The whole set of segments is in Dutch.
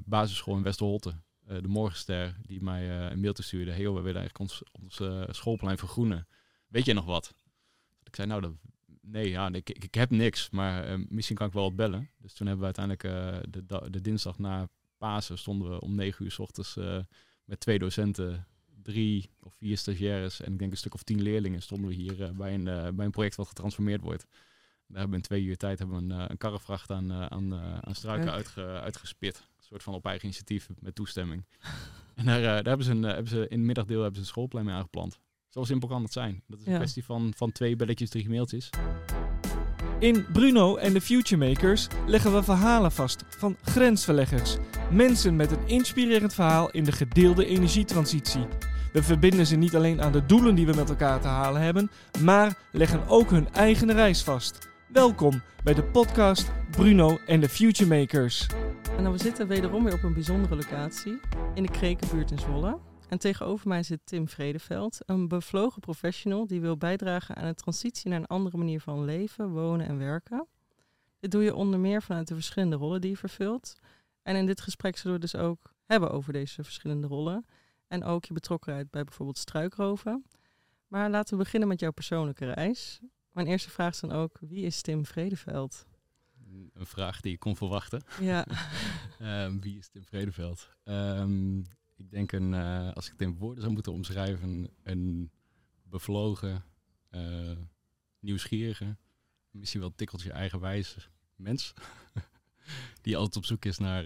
basisschool in Westerholte. De Morgenster, die mij een mailtje stuurde. Hey, we willen eigenlijk ons schoolplein vergroenen. Weet je nog wat? Ik zei, ik heb niks, maar misschien kan ik wel wat bellen. Dus toen hebben we uiteindelijk de dinsdag na Pasen stonden we om 9 uur 's ochtends met 2 docenten, 3 of 4 stagiaires en ik denk een stuk of 10 leerlingen stonden we hier bij een project wat getransformeerd wordt. Daar hebben we in 2 uur tijd een karrevracht aan struiken uitgespit. Een soort van op eigen initiatief met toestemming. En daar hebben ze in het middagdeel een schoolplein mee aangeplant. Zo simpel kan het zijn. Dat is een kwestie van 2 belletjes, 3 mailtjes. In Bruno en de Futuremakers leggen we verhalen vast van grensverleggers. Mensen met een inspirerend verhaal in de gedeelde energietransitie. We verbinden ze niet alleen aan de doelen die we met elkaar te halen hebben, maar leggen ook hun eigen reis vast. Welkom bij de podcast Bruno en de Futuremakers. Nou, we zitten wederom weer op een bijzondere locatie in de Krekenbuurt in Zwolle. En tegenover mij zit Tim Vredeveld, een bevlogen professional die wil bijdragen aan de transitie naar een andere manier van leven, wonen en werken. Dit doe je onder meer vanuit de verschillende rollen die je vervult. En in dit gesprek zullen we dus ook hebben over deze verschillende rollen. En ook je betrokkenheid bij bijvoorbeeld struikroven. Maar laten we beginnen met jouw persoonlijke reis. Mijn eerste vraag is dan ook, wie is Tim Vredeveld? Een vraag die ik kon verwachten. Ja. Wie is Tim Vredeveld? Ik denk als ik het in woorden zou moeten omschrijven, een bevlogen, nieuwsgierige, misschien wel een tikkeltje eigenwijze mens. Die altijd op zoek is naar,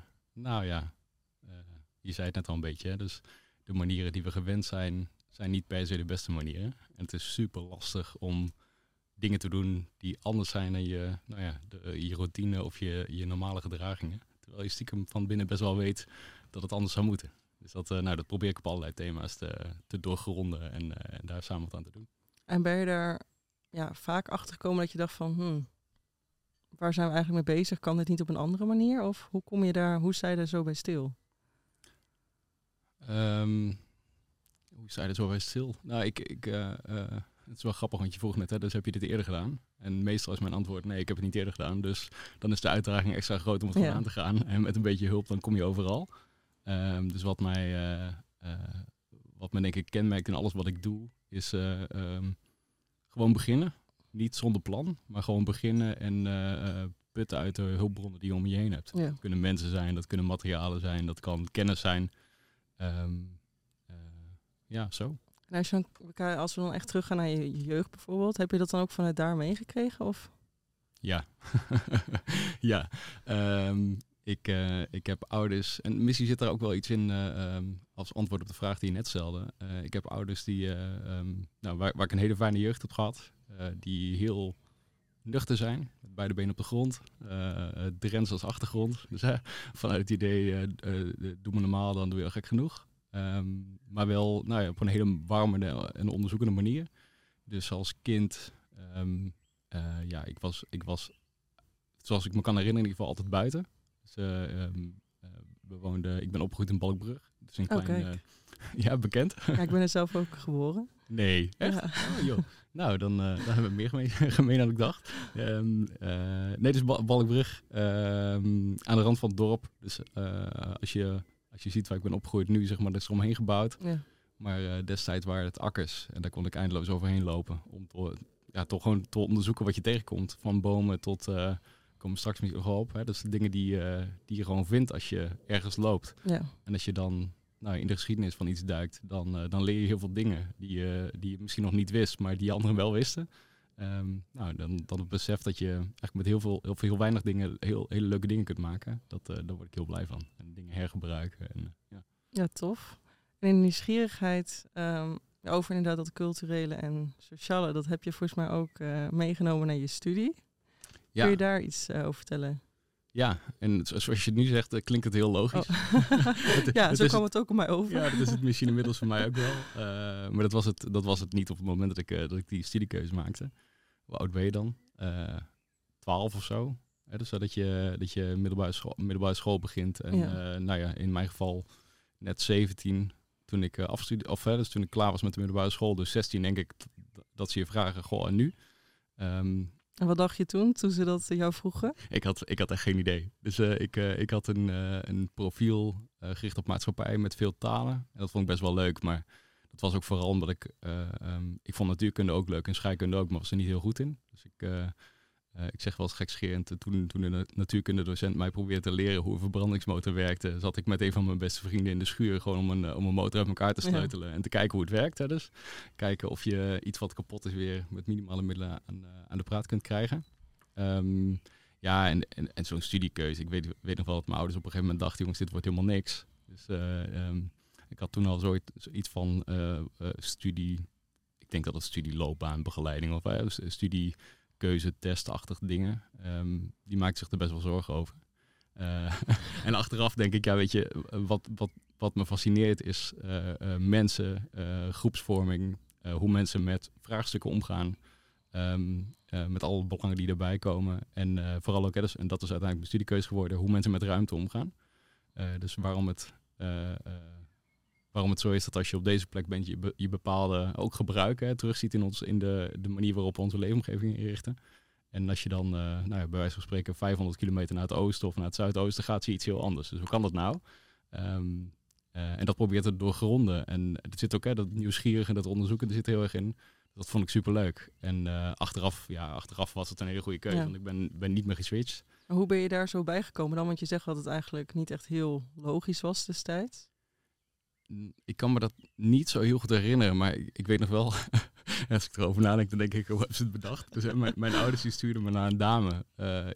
je zei het net al een beetje, hè? Dus de manieren die we gewend zijn niet per se de beste manieren. En het is super lastig om dingen te doen die anders zijn dan je routine of je normale gedragingen. Terwijl je stiekem van binnen best wel weet dat het anders zou moeten. Dus dat probeer ik op allerlei thema's te doorgronden en daar samen wat aan te doen. En ben je daar vaak achter gekomen dat je dacht van, waar zijn we eigenlijk mee bezig? Kan dit niet op een andere manier? Of hoe kom je daar, hoe sta je daar zo bij stil? Hoe sta je er zo bij stil? Nou, het is wel grappig, want je vroeg net, dus heb je dit eerder gedaan? En meestal is mijn antwoord, nee, ik heb het niet eerder gedaan. Dus dan is de uitdaging extra groot om het gewoon aan te gaan. En met een beetje hulp, dan kom je overal. Dus wat mij denk ik kenmerkt in alles wat ik doe, is gewoon beginnen. Niet zonder plan, maar gewoon beginnen en putten uit de hulpbronnen die je om je heen hebt. Ja. Dat kunnen mensen zijn, dat kunnen materialen zijn, dat kan kennis zijn. Zo. En als we dan echt teruggaan naar je jeugd bijvoorbeeld, heb je dat dan ook vanuit daar meegekregen? Of? Ja. Ja. Ik heb ouders, en misschien zit er ook wel iets in als antwoord op de vraag die je net stelde. Ik heb ouders die, waar ik een hele fijne jeugd heb gehad, die heel nuchter zijn, met beide benen op de grond, Drents als achtergrond. Dus vanuit het idee, doe me normaal, dan doe je al gek genoeg. Maar wel op een hele warme en onderzoekende manier. Dus als kind, ik was, zoals ik me kan herinneren, in ieder geval altijd buiten. Dus, ik ben opgegroeid in Balkbrug. Dus een klein, bekend. Ja, ik ben er zelf ook geboren. Nee, echt? Ja. Oh, joh. Nou, dan hebben we meer gemeen dan ik dacht. Dus Balkbrug, aan de rand van het dorp. Dus als je ziet waar ik ben opgegroeid nu, zeg maar, dat is er omheen gebouwd. Ja. Maar destijds waren het akkers. En daar kon ik eindeloos overheen lopen. Om toch gewoon te onderzoeken wat je tegenkomt. Van bomen tot, komen straks misschien nog op. Hè? Dat zijn dingen die je gewoon vindt als je ergens loopt. Ja. En als je dan in de geschiedenis van iets duikt, dan leer je heel veel dingen die je misschien nog niet wist, maar die anderen wel wisten. Dan het besef dat je eigenlijk met heel weinig dingen hele leuke dingen kunt maken. Daar word ik heel blij van. En dingen hergebruiken. Ja, tof. En in nieuwsgierigheid over inderdaad dat culturele en sociale, dat heb je volgens mij ook meegenomen naar je studie. Ja. Kun je daar iets over vertellen? Ja, en zoals je het nu zegt, klinkt het heel logisch. Oh. Zo kwam het ook op mij over. Ja, dat is het misschien inmiddels voor mij ook wel. Maar dat was het niet op het moment dat ik die studiekeuze maakte. Hoe oud ben je dan? 12 of zo. Dus dat je middelbare school begint. En in mijn geval net 17 toen ik dus toen ik klaar was met de middelbare school. Dus 16 denk ik dat ze je vragen, goh, en nu? En wat dacht je toen ze dat jou vroegen? Ik had echt geen idee. Dus ik had een profiel gericht op maatschappij met veel talen. En dat vond ik best wel leuk, maar dat was ook vooral omdat ik vond natuurkunde ook leuk en scheikunde ook, maar was er niet heel goed in. Dus ik zeg wel eens gekscherend, toen de natuurkundedocent mij probeerde te leren hoe een verbrandingsmotor werkte, zat ik met een van mijn beste vrienden in de schuur gewoon om een motor uit elkaar te sleutelen en te kijken hoe het werkt. Hè. Dus kijken of je iets wat kapot is weer met minimale middelen aan de praat kunt krijgen. En zo'n studiekeuze. Ik weet nog wel dat mijn ouders op een gegeven moment dachten, jongens, dit wordt helemaal niks. Dus ik had toen al zoiets van studie, ik denk dat het studieloopbaanbegeleiding of studiekeuze, testachtige dingen. Die maakt zich er best wel zorgen over. En achteraf denk ik, ja, weet je, wat me fascineert is mensen, groepsvorming, hoe mensen met vraagstukken omgaan, met alle belangen die erbij komen. En vooral ook, en dat is uiteindelijk mijn studiekeuze geworden, hoe mensen met ruimte omgaan. Dus waarom het zo is dat als je op deze plek bent, je bepaalde ook gebruiken terugziet in de manier waarop we onze leefomgeving inrichten. En als je dan bij wijze van spreken 500 kilometer naar het oosten of naar het zuidoosten gaat, zie je iets heel anders. Dus hoe kan dat nou? En dat probeert het doorgronden. En er zit ook dat nieuwsgierige, dat onderzoeken, er zit heel erg in. Dat vond ik superleuk. En achteraf was het een hele goede keuze, want ik ben niet meer geswitcht. Hoe ben je daar zo bijgekomen dan? Want je zegt dat het eigenlijk niet echt heel logisch was destijds. Ik kan me dat niet zo heel goed herinneren, maar ik weet nog wel, als ik erover nadenk, dan denk ik, hoe hebben ze het bedacht? Dus mijn ouders die stuurden me naar een dame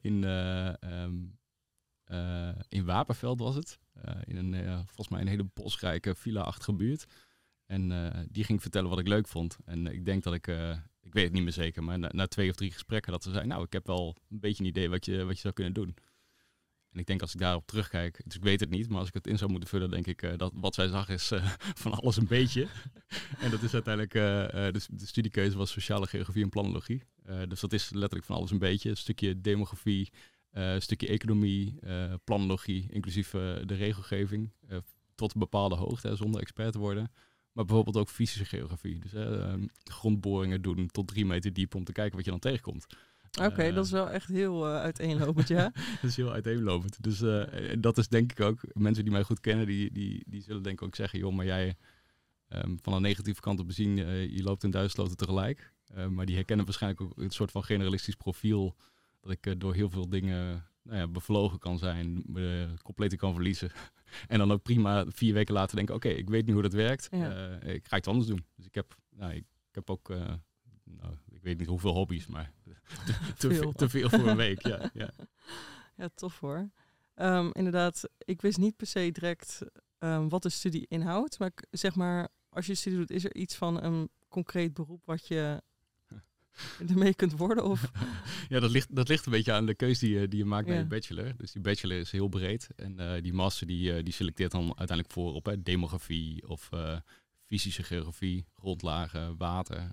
in Wapenveld was het. In volgens mij een hele bosrijke villa-achtige buurt. En die ging vertellen wat ik leuk vond. En ik denk dat ik weet het niet meer zeker, maar na 2 of 3 gesprekken dat ze zei, nou, ik heb wel een beetje een idee wat je zou kunnen doen. En ik denk als ik daarop terugkijk, dus ik weet het niet, maar als ik het in zou moeten vullen, denk ik dat wat zij zag is van alles een beetje. En dat is uiteindelijk, de studiekeuze was sociale geografie en planologie. Dus dat is letterlijk van alles een beetje. Een stukje demografie, een stukje economie, planologie, inclusief de regelgeving, tot een bepaalde hoogte, zonder expert te worden. Maar bijvoorbeeld ook fysische geografie. Dus grondboringen doen tot 3 meter diep om te kijken wat je dan tegenkomt. Oké, dat is wel echt heel uiteenlopend, ja. Dat is heel uiteenlopend. Dus dat is denk ik ook, mensen die mij goed kennen, die zullen denk ik ook zeggen, joh, maar jij van een negatieve kant op bezien, je loopt in 1000 sloten tegelijk. Maar die herkennen waarschijnlijk ook een soort van generalistisch profiel, dat ik door heel veel dingen bevlogen kan zijn, me compleet kan verliezen. En dan ook prima 4 weken later denken, oké, ik weet nu hoe dat werkt, ik ga iets anders doen. Dus ik heb ook... ik weet niet hoeveel hobby's, maar te veel voor een week. Ja, tof hoor. Inderdaad, ik wist niet per se direct wat de studie inhoudt. Maar zeg maar, als je studie doet, is er iets van een concreet beroep wat je ermee kunt worden? Of? Ja, dat ligt een beetje aan de keuze die je maakt bij je bachelor. Dus die bachelor is heel breed. En die master die selecteert dan uiteindelijk voor op demografie of fysische geografie, grondlagen, water...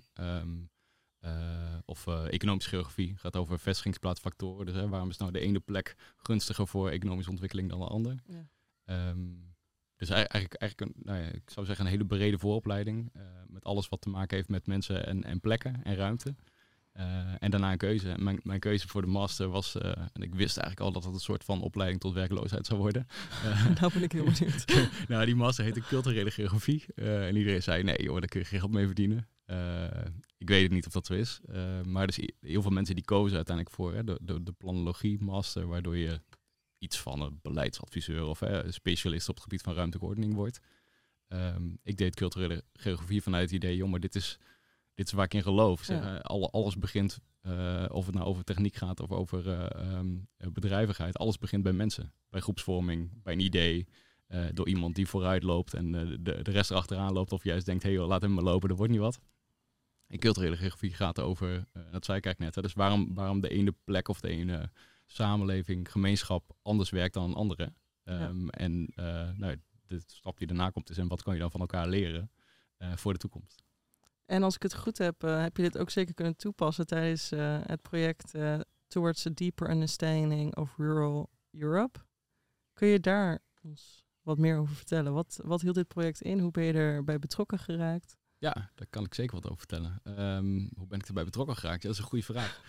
of economische geografie gaat over vestigingsplaatsfactoren. Dus waarom is nou de ene plek gunstiger voor economische ontwikkeling dan de ander? Ja. Dus eigenlijk ik zou zeggen een hele brede vooropleiding. Met alles wat te maken heeft met mensen en plekken en ruimte. En daarna een keuze. Mijn keuze voor de master was, en ik wist eigenlijk al dat het een soort van opleiding tot werkloosheid zou worden. Nou ben ik heel benieuwd. Nou, die master heette culturele geografie. En iedereen zei, nee joh, daar kun je geen geld mee verdienen. Ik weet het niet of dat zo is. Maar dus heel veel mensen die kozen uiteindelijk voor de planologie master, waardoor je iets van een beleidsadviseur of een specialist op het gebied van ruimtelijke ordening wordt. Ik deed culturele geografie vanuit het idee, joh, maar dit is waar ik in geloof. Zeg, alles begint, of het nou over techniek gaat of over bedrijvigheid, alles begint bij mensen. Bij groepsvorming, bij een idee, door iemand die vooruit loopt en de rest erachteraan loopt of juist denkt, hey, laat hem maar lopen, er wordt niet wat. En culturele geografie gaat over, dat zei ik eigenlijk net, dus waarom de ene plek of de ene samenleving, gemeenschap anders werkt dan een andere. En de stap die daarna komt is, en wat kan je dan van elkaar leren voor de toekomst. En als ik het goed heb, heb je dit ook zeker kunnen toepassen tijdens het project Towards a Deeper Understanding of Rural Europe. Kun je daar ons wat meer over vertellen? Wat hield dit project in? Hoe ben je erbij betrokken geraakt? Ja, daar kan ik zeker wat over vertellen. Hoe ben ik erbij betrokken geraakt? Ja, dat is een goede vraag.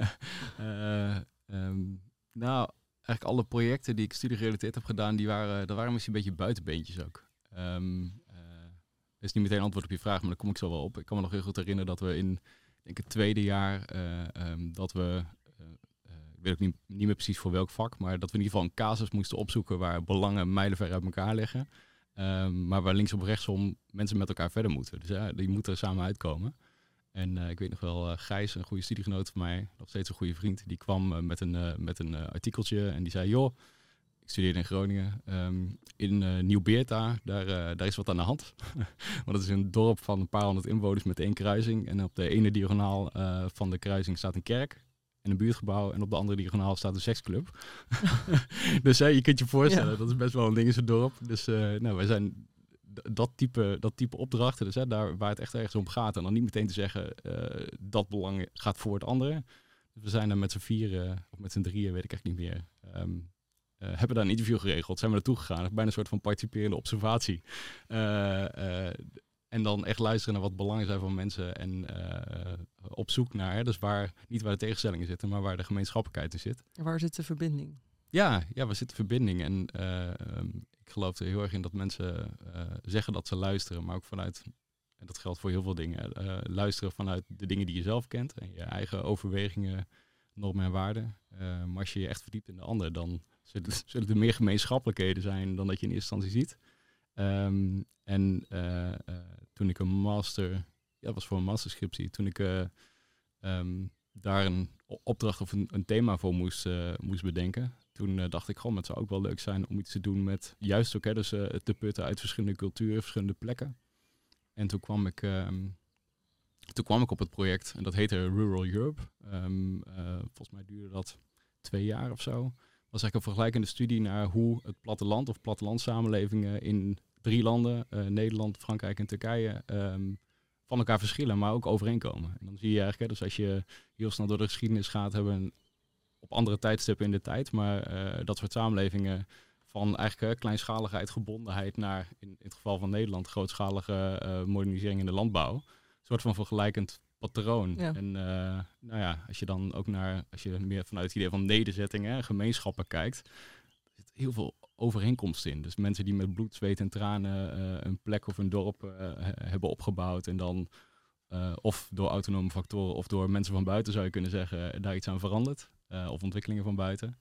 Nou, eigenlijk alle projecten die ik studiegerelateerd heb gedaan, dat waren misschien een beetje buitenbeentjes ook. Dat is niet meteen antwoord op je vraag, maar daar kom ik zo wel op. Ik kan me nog heel goed herinneren dat we in het tweede jaar, dat we, ik weet ook niet meer precies voor welk vak, maar dat we in ieder geval een casus moesten opzoeken waar belangen mijlenver uit elkaar liggen. Maar waar linksom of rechtsom mensen met elkaar verder moeten. Dus ja, die moeten er samen uitkomen. En ik weet nog wel, Gijs, een goede studiegenoot van mij, nog steeds een goede vriend, die kwam met een artikeltje en die zei, joh, ik studeerde in Groningen, in Nieuw-Beerta, daar is wat aan de hand. Want dat is een dorp van een paar honderd inwoners met 1 kruising. En op de ene diagonaal van de kruising staat een kerk en een buurtgebouw. En op de andere diagonaal staat een seksclub. Dus je kunt je voorstellen, dat is best wel een ding in zo'n dorp. Dus wij zijn dat type opdrachten, dus daar waar het echt ergens om gaat. En dan niet meteen te zeggen, dat belang gaat voor het andere. Dus we zijn daar met z'n 4 of met z'n 3, weet ik echt niet meer. Hebben daar een interview geregeld, zijn we naartoe gegaan. Bijna een soort van participerende observatie. En dan echt luisteren naar wat belangen zijn van mensen. En op zoek naar, dus niet waar de tegenstellingen zitten, maar waar de gemeenschappelijkheid in zit. Waar zit de verbinding? Ja, waar zit de verbinding? En ik geloof er heel erg in dat mensen zeggen dat ze luisteren, maar ook vanuit, en dat geldt voor heel veel dingen, luisteren vanuit de dingen die je zelf kent. En je eigen overwegingen, normen en waarden. Maar als je je echt verdiept in de ander, dan zullen er meer gemeenschappelijkheden zijn dan dat je in eerste instantie ziet. Toen ik een master, dat was voor een masterscriptie, toen ik daar een opdracht of een thema voor moest bedenken, toen dacht ik, het zou ook wel leuk zijn om iets te doen met juist ook dus te putten uit verschillende culturen, verschillende plekken. En toen kwam ik op het project en dat heette Rural Europe. Volgens mij duurde dat 2 jaar of zo. Was eigenlijk een vergelijkende studie naar hoe het platteland of plattelandssamenlevingen in 3 landen, Nederland, Frankrijk en Turkije, van elkaar verschillen, maar ook overeenkomen. En dan zie je eigenlijk, dus als je heel snel door de geschiedenis gaat, hebben op andere tijdstippen in de tijd, maar dat soort samenlevingen van eigenlijk kleinschaligheid, gebondenheid naar, in het geval van Nederland, grootschalige modernisering in de landbouw. Een soort van vergelijkend patroon. Ja. En als je meer vanuit het idee van nederzettingen, gemeenschappen kijkt, er zit heel veel overeenkomsten in. Dus mensen die met bloed, zweet en tranen een plek of een dorp hebben opgebouwd en dan of door autonome factoren of door mensen van buiten, zou je kunnen zeggen, daar iets aan verandert. Of ontwikkelingen van buiten.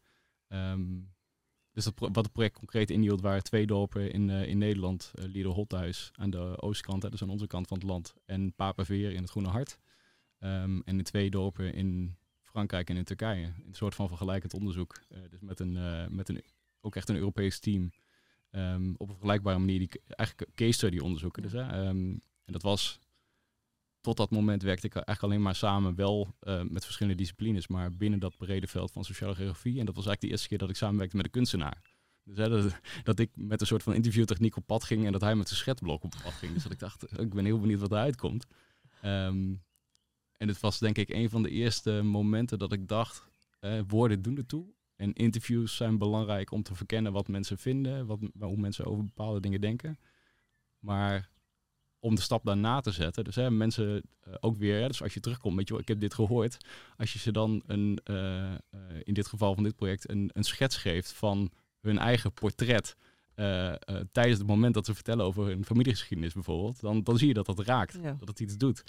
Dus wat het project concreet inhield waren 2 dorpen in Nederland. Lieder-Holthuis aan de oostkant, dus aan onze kant van het land. En Papenveer in het Groene Hart. En in 2 dorpen in Frankrijk en in Turkije. In een soort van vergelijkend onderzoek. Dus met ook echt een Europees team. Op een vergelijkbare manier die eigenlijk case study onderzoeken. Dus, en dat was... Tot dat moment werkte ik eigenlijk alleen maar samen, wel met verschillende disciplines, maar binnen dat brede veld van sociale geografie. En dat was eigenlijk de eerste keer dat ik samenwerkte met een kunstenaar. Dus dat ik met een soort van interviewtechniek op pad ging en dat hij met een schetsblok op pad ging. Dus dat ik dacht, ik ben heel benieuwd wat eruit komt. En het was denk ik een van de eerste momenten dat ik dacht, woorden doen ertoe. En interviews zijn belangrijk om te verkennen wat mensen vinden, hoe mensen over bepaalde dingen denken. Maar om de stap daarna te zetten. Dus mensen ook weer, dus als je terugkomt, weet je wel, ik heb dit gehoord. Als je ze dan in dit geval van dit project een schets geeft van hun eigen portret tijdens het moment dat ze vertellen over hun familiegeschiedenis bijvoorbeeld, dan zie je dat raakt, dat het iets doet.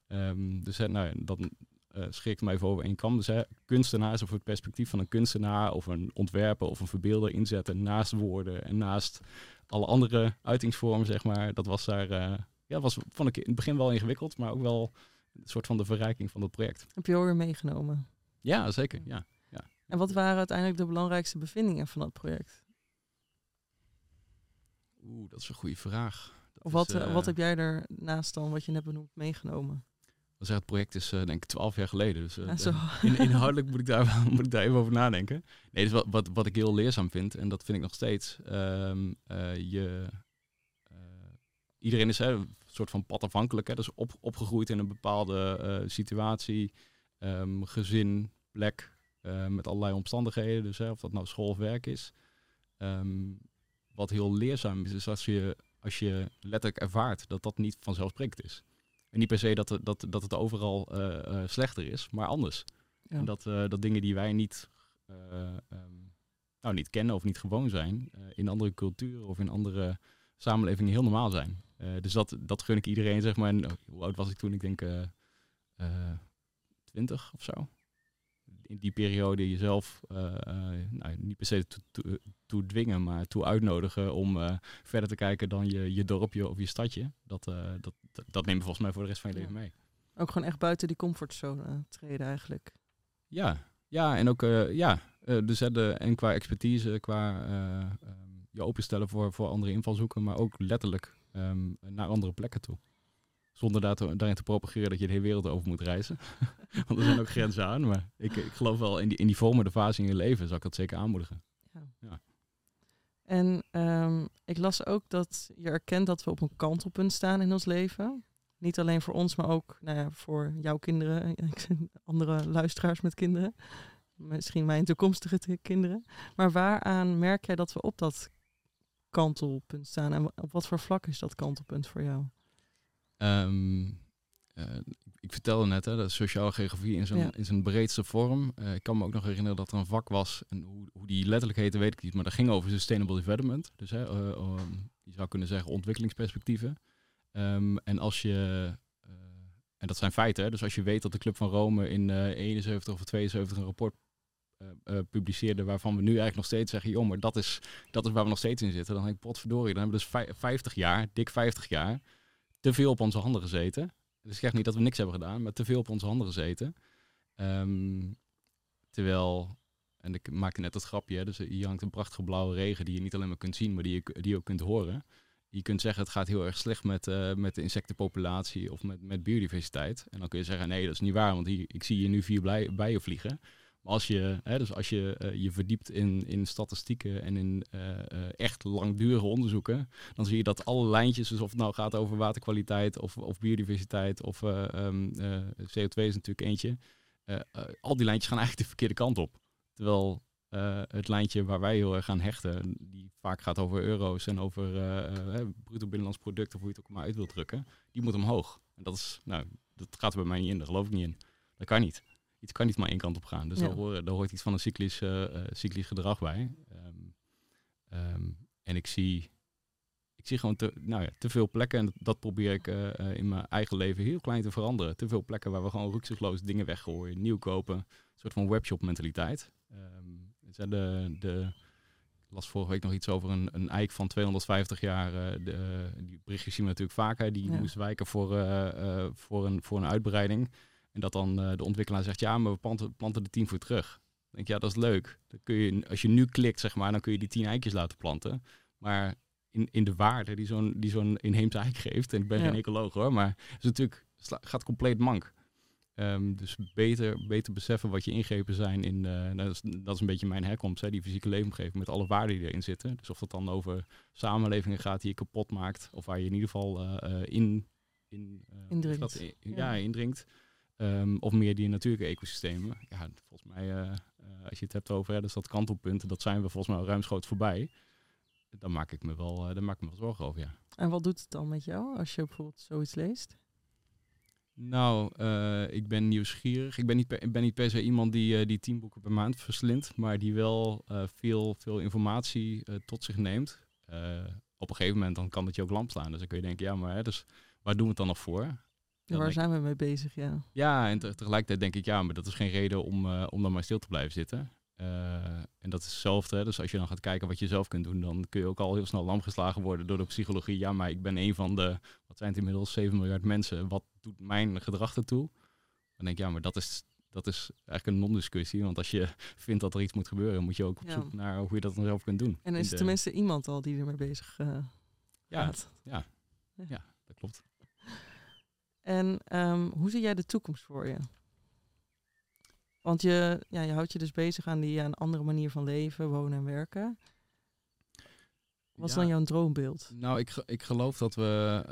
Dan schrik ik mij even over één kam. Dus kunstenaars of het perspectief van een kunstenaar of een ontwerper of een verbeelder inzetten naast woorden en naast alle andere uitingsvormen, zeg maar. Dat was daar, vond ik in het begin wel ingewikkeld, maar ook wel een soort van de verrijking van het project. Heb je alweer meegenomen? Ja, zeker. Ja. En wat waren uiteindelijk de belangrijkste bevindingen van dat project? Dat is een goede vraag. Wat heb jij er naast dan wat je net benoemd meegenomen? Het project is denk ik 12 jaar geleden. Dus inhoudelijk moet ik daar even over nadenken. Nee, dus wat ik heel leerzaam vind, en dat vind ik nog steeds. Iedereen is een soort van padafhankelijk. Dus opgegroeid in een bepaalde situatie, gezin, plek, met allerlei omstandigheden. Dus of dat nou school of werk is. Wat heel leerzaam is als je als je letterlijk ervaart dat dat niet vanzelfsprekend is. En niet per se dat het overal slechter is, maar anders. Ja. En dat dingen die wij niet niet kennen of niet gewoon zijn, in andere culturen of in andere samenlevingen heel normaal zijn. Dus dat gun ik iedereen, zeg maar. En, hoe oud was ik toen? Ik denk 20 of zo. In die periode jezelf niet per se toe dwingen, maar toe uitnodigen om verder te kijken dan je dorpje of je stadje. Dat neem je volgens mij voor de rest van je leven mee. Ook gewoon echt buiten die comfortzone treden eigenlijk. Ja, en ook dus en qua expertise, qua je openstellen voor andere invalshoeken, maar ook letterlijk naar andere plekken toe. Zonder daarin te propageren dat je de hele wereld over moet reizen. Want er zijn ook grenzen aan. Maar ik geloof wel in die vormende fase in je leven zou ik dat zeker aanmoedigen. Ja. En ik las ook dat je erkent dat we op een kantelpunt staan in ons leven. Niet alleen voor ons, maar ook voor jouw kinderen. Andere luisteraars met kinderen. Misschien mijn toekomstige kinderen. Maar waaraan merk jij dat we op dat kantelpunt staan? En op wat voor vlak is dat kantelpunt voor jou? Ik vertelde net, dat sociale geografie in zijn breedste vorm. Ik kan me ook nog herinneren dat er een vak was. En hoe die letterlijk heette, weet ik niet. Maar dat ging over sustainable development. Dus je zou kunnen zeggen ontwikkelingsperspectieven. En als je... en dat zijn feiten. Hè, dus als je weet dat de Club van Rome in 71 of 72 een rapport publiceerde waarvan we nu eigenlijk nog steeds zeggen, joh, maar dat is waar we nog steeds in zitten. Dan denk ik, potverdorie, dan hebben we dus 50 jaar, te veel op onze handen gezeten. Dus ik zeg niet dat we niks hebben gedaan, maar te veel op onze handen gezeten. Terwijl, en ik maakte net dat grapje, hè, dus hier hangt een prachtige blauwe regen die je niet alleen maar kunt zien, maar die je ook kunt horen. Je kunt zeggen, het gaat heel erg slecht met de insectenpopulatie of met biodiversiteit. En dan kun je zeggen, nee, dat is niet waar, want ik zie hier nu 4 bijen vliegen. Maar als je je verdiept in statistieken en in echt langdurige onderzoeken, dan zie je dat alle lijntjes, dus of het nou gaat over waterkwaliteit of biodiversiteit of CO2 is natuurlijk eentje, al die lijntjes gaan eigenlijk de verkeerde kant op. Terwijl het lijntje waar wij heel erg aan hechten, die vaak gaat over euro's en over bruto binnenlands product, of hoe je het ook maar uit wilt drukken, die moet omhoog. En dat gaat er bij mij niet in, daar geloof ik niet in. Dat kan niet. Iets kan niet maar één kant op gaan. Dus daar hoort iets van een cyclisch gedrag bij. En ik zie gewoon te veel plekken. En dat probeer ik in mijn eigen leven heel klein te veranderen. Te veel plekken waar we gewoon rukzichtloos dingen weggooien. Nieuw kopen. Een soort van webshop mentaliteit. Ik las vorige week nog iets over een eik van 250 jaar. Die berichtjes zien we natuurlijk vaker. Die moest wijken voor een uitbreiding. En dat dan de ontwikkelaar zegt, ja, maar we planten de 10 voor terug. Dan denk ik, ja, dat is leuk. Dan kun je, als je nu klikt, zeg maar, dan kun je die 10 eikjes laten planten. Maar in de waarde die zo'n inheemse eik geeft, en ik ben geen ecoloog hoor, maar is natuurlijk gaat compleet mank. Dus beter beseffen wat je ingrepen zijn in, dat is een beetje mijn herkomst, hè, die fysieke leefomgeving met alle waarden die erin zitten. Dus of dat dan over samenlevingen gaat die je kapot maakt, of waar je in ieder geval indringt. Of meer die natuurlijke ecosystemen. Ja, volgens mij, als je het hebt over dus dat kantelpunt, dat zijn we volgens mij al ruimschoots voorbij. Dan maak ik me wel zorgen over, ja. En wat doet het dan met jou als je bijvoorbeeld zoiets leest? Nou, ik ben nieuwsgierig. Ik ben niet per se iemand die 10 boeken per maand verslindt, maar die wel veel informatie tot zich neemt. Op een gegeven moment dan kan het je ook lamp slaan. Dus dan kun je denken, ja, maar dus waar doen we het dan nog voor? Waar zijn we mee bezig, ja. Ja, en tegelijkertijd denk ik, ja, maar dat is geen reden om dan maar stil te blijven zitten. En dat is hetzelfde. Hè? Dus als je dan gaat kijken wat je zelf kunt doen, dan kun je ook al heel snel lam geslagen worden door de psychologie. Ja, maar ik ben een van de, wat zijn het inmiddels, 7 miljard mensen. Wat doet mijn gedrag ertoe? Dan denk ik, ja, maar dat is eigenlijk een non-discussie. Want als je vindt dat er iets moet gebeuren, moet je ook op zoek naar hoe je dat dan zelf kunt doen. En is er tenminste iemand al die ermee bezig gaat? Ja, dat klopt. En hoe zie jij de toekomst voor je? Want je houdt je dus bezig aan een andere manier van leven, wonen en werken. Wat is dan jouw droombeeld? Nou, ik geloof dat we...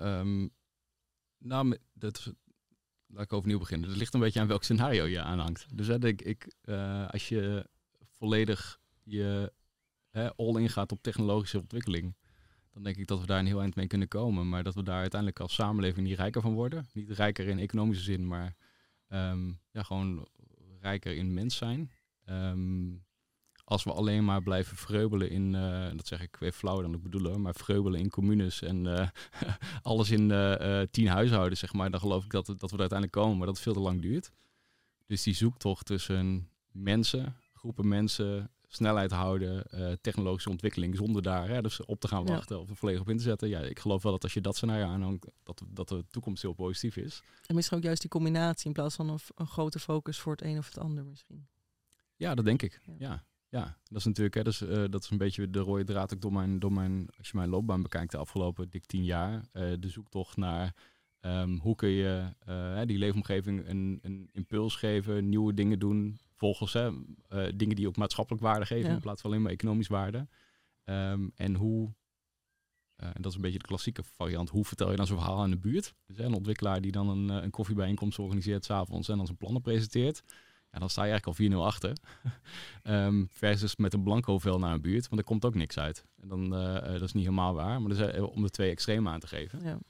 laat ik overnieuw beginnen. Het ligt een beetje aan welk scenario je aanhangt. Dus als je volledig all in gaat op technologische ontwikkeling, dan denk ik dat we daar een heel eind mee kunnen komen. Maar dat we daar uiteindelijk als samenleving niet rijker van worden. Niet rijker in economische zin, maar gewoon rijker in mens zijn. Als we alleen maar blijven vreubelen in, dat zeg ik weer flauwer dan ik bedoel, maar vreubelen in communes en alles in 10 huishoudens, zeg maar, dan geloof ik dat we er uiteindelijk komen, maar dat het veel te lang duurt. Dus die zoektocht tussen mensen, groepen mensen, snelheid houden, technologische ontwikkeling, zonder daar dus op te gaan wachten of er volledig op in te zetten. Ja, ik geloof wel dat als je dat scenario aanhangt, dat de toekomst heel positief is. En misschien ook juist die combinatie in plaats van een grote focus voor het een of het ander misschien. Ja, dat denk ik. Ja, dat is natuurlijk, dat is een beetje de rode draad ook door mijn, als je mijn loopbaan bekijkt de afgelopen dik 10 jaar. De zoektocht naar hoe kun je die leefomgeving een impuls geven, nieuwe dingen doen, volgens dingen die ook maatschappelijk waarde geven in plaats van alleen maar economisch waarde. En hoe, en dat is een beetje de klassieke variant, hoe vertel je dan zo'n verhaal aan de buurt? Dus een ontwikkelaar die dan een koffiebijeenkomst organiseert 's avonds en dan zijn plannen presenteert. Ja, dan sta je eigenlijk al 4-0 achter. Versus met een blanco vel naar een buurt, want er komt ook niks uit. En dan, dat is niet helemaal waar, maar dat is, om de 2 extremen aan te geven.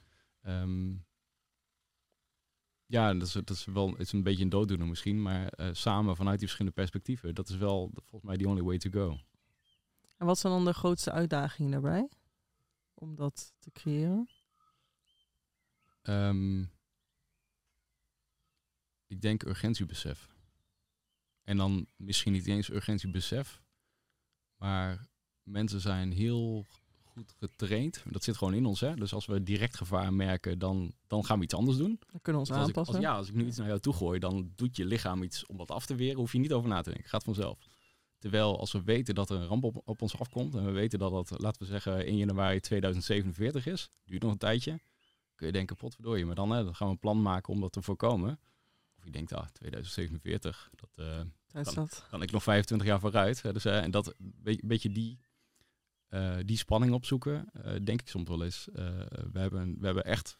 Ja. Dat is wel is een beetje een dooddoener misschien, maar samen vanuit die verschillende perspectieven, dat is wel volgens mij the only way to go. En wat zijn dan de grootste uitdagingen daarbij? Om dat te creëren? Ik denk urgentiebesef. En dan misschien niet eens urgentiebesef, maar mensen zijn heel goed getraind. Dat zit gewoon in ons, hè. Dus als we direct gevaar merken, dan gaan we iets anders doen. Dan kunnen we ons aanpassen. Als ik nu iets naar jou toe gooi, dan doet je lichaam iets om dat af te weren. Hoef je niet over na te denken. Gaat vanzelf. Terwijl als we weten dat er een ramp op ons afkomt en we weten dat dat, laten we zeggen, 1 januari 2047 is, duurt nog een tijdje, kun je denken, potverdorie, maar dan gaan we een plan maken om dat te voorkomen. Of je denkt, 2047, dat kan ik nog 25 jaar vooruit. Dus, en dat een beetje die spanning opzoeken, denk ik soms wel eens. We hebben echt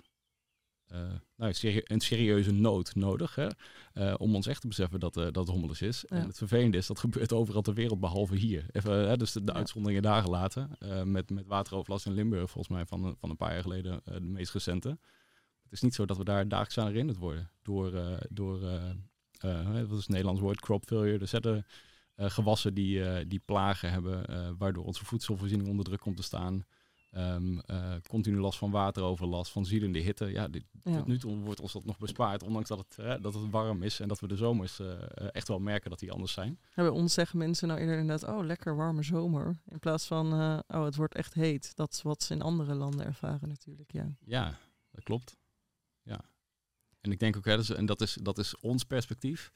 een serieuze nood nodig, hè, om ons echt te beseffen dat het hommeles is. Ja. En het vervelende is, dat gebeurt overal ter wereld, behalve hier. Even, dus de uitzonderingen daar gelaten. Met wateroverlast in Limburg, volgens mij van een paar jaar geleden, de meest recente. Het is niet zo dat we daar dagelijks aan herinnerd worden door wat is het Nederlands woord, crop failure. Dus de gewassen die plagen hebben, waardoor onze voedselvoorziening onder druk komt te staan. Continu last van wateroverlast, van ziedende hitte. Ja, tot nu toe wordt ons dat nog bespaard, ondanks dat het warm is en dat we de zomers echt wel merken dat die anders zijn. Ja, bij ons zeggen mensen nou eerder inderdaad, lekker warme zomer. In plaats van, het wordt echt heet. Dat is wat ze in andere landen ervaren natuurlijk, Ja, dat klopt. Ja. En ik denk ook, en dat is ons perspectief.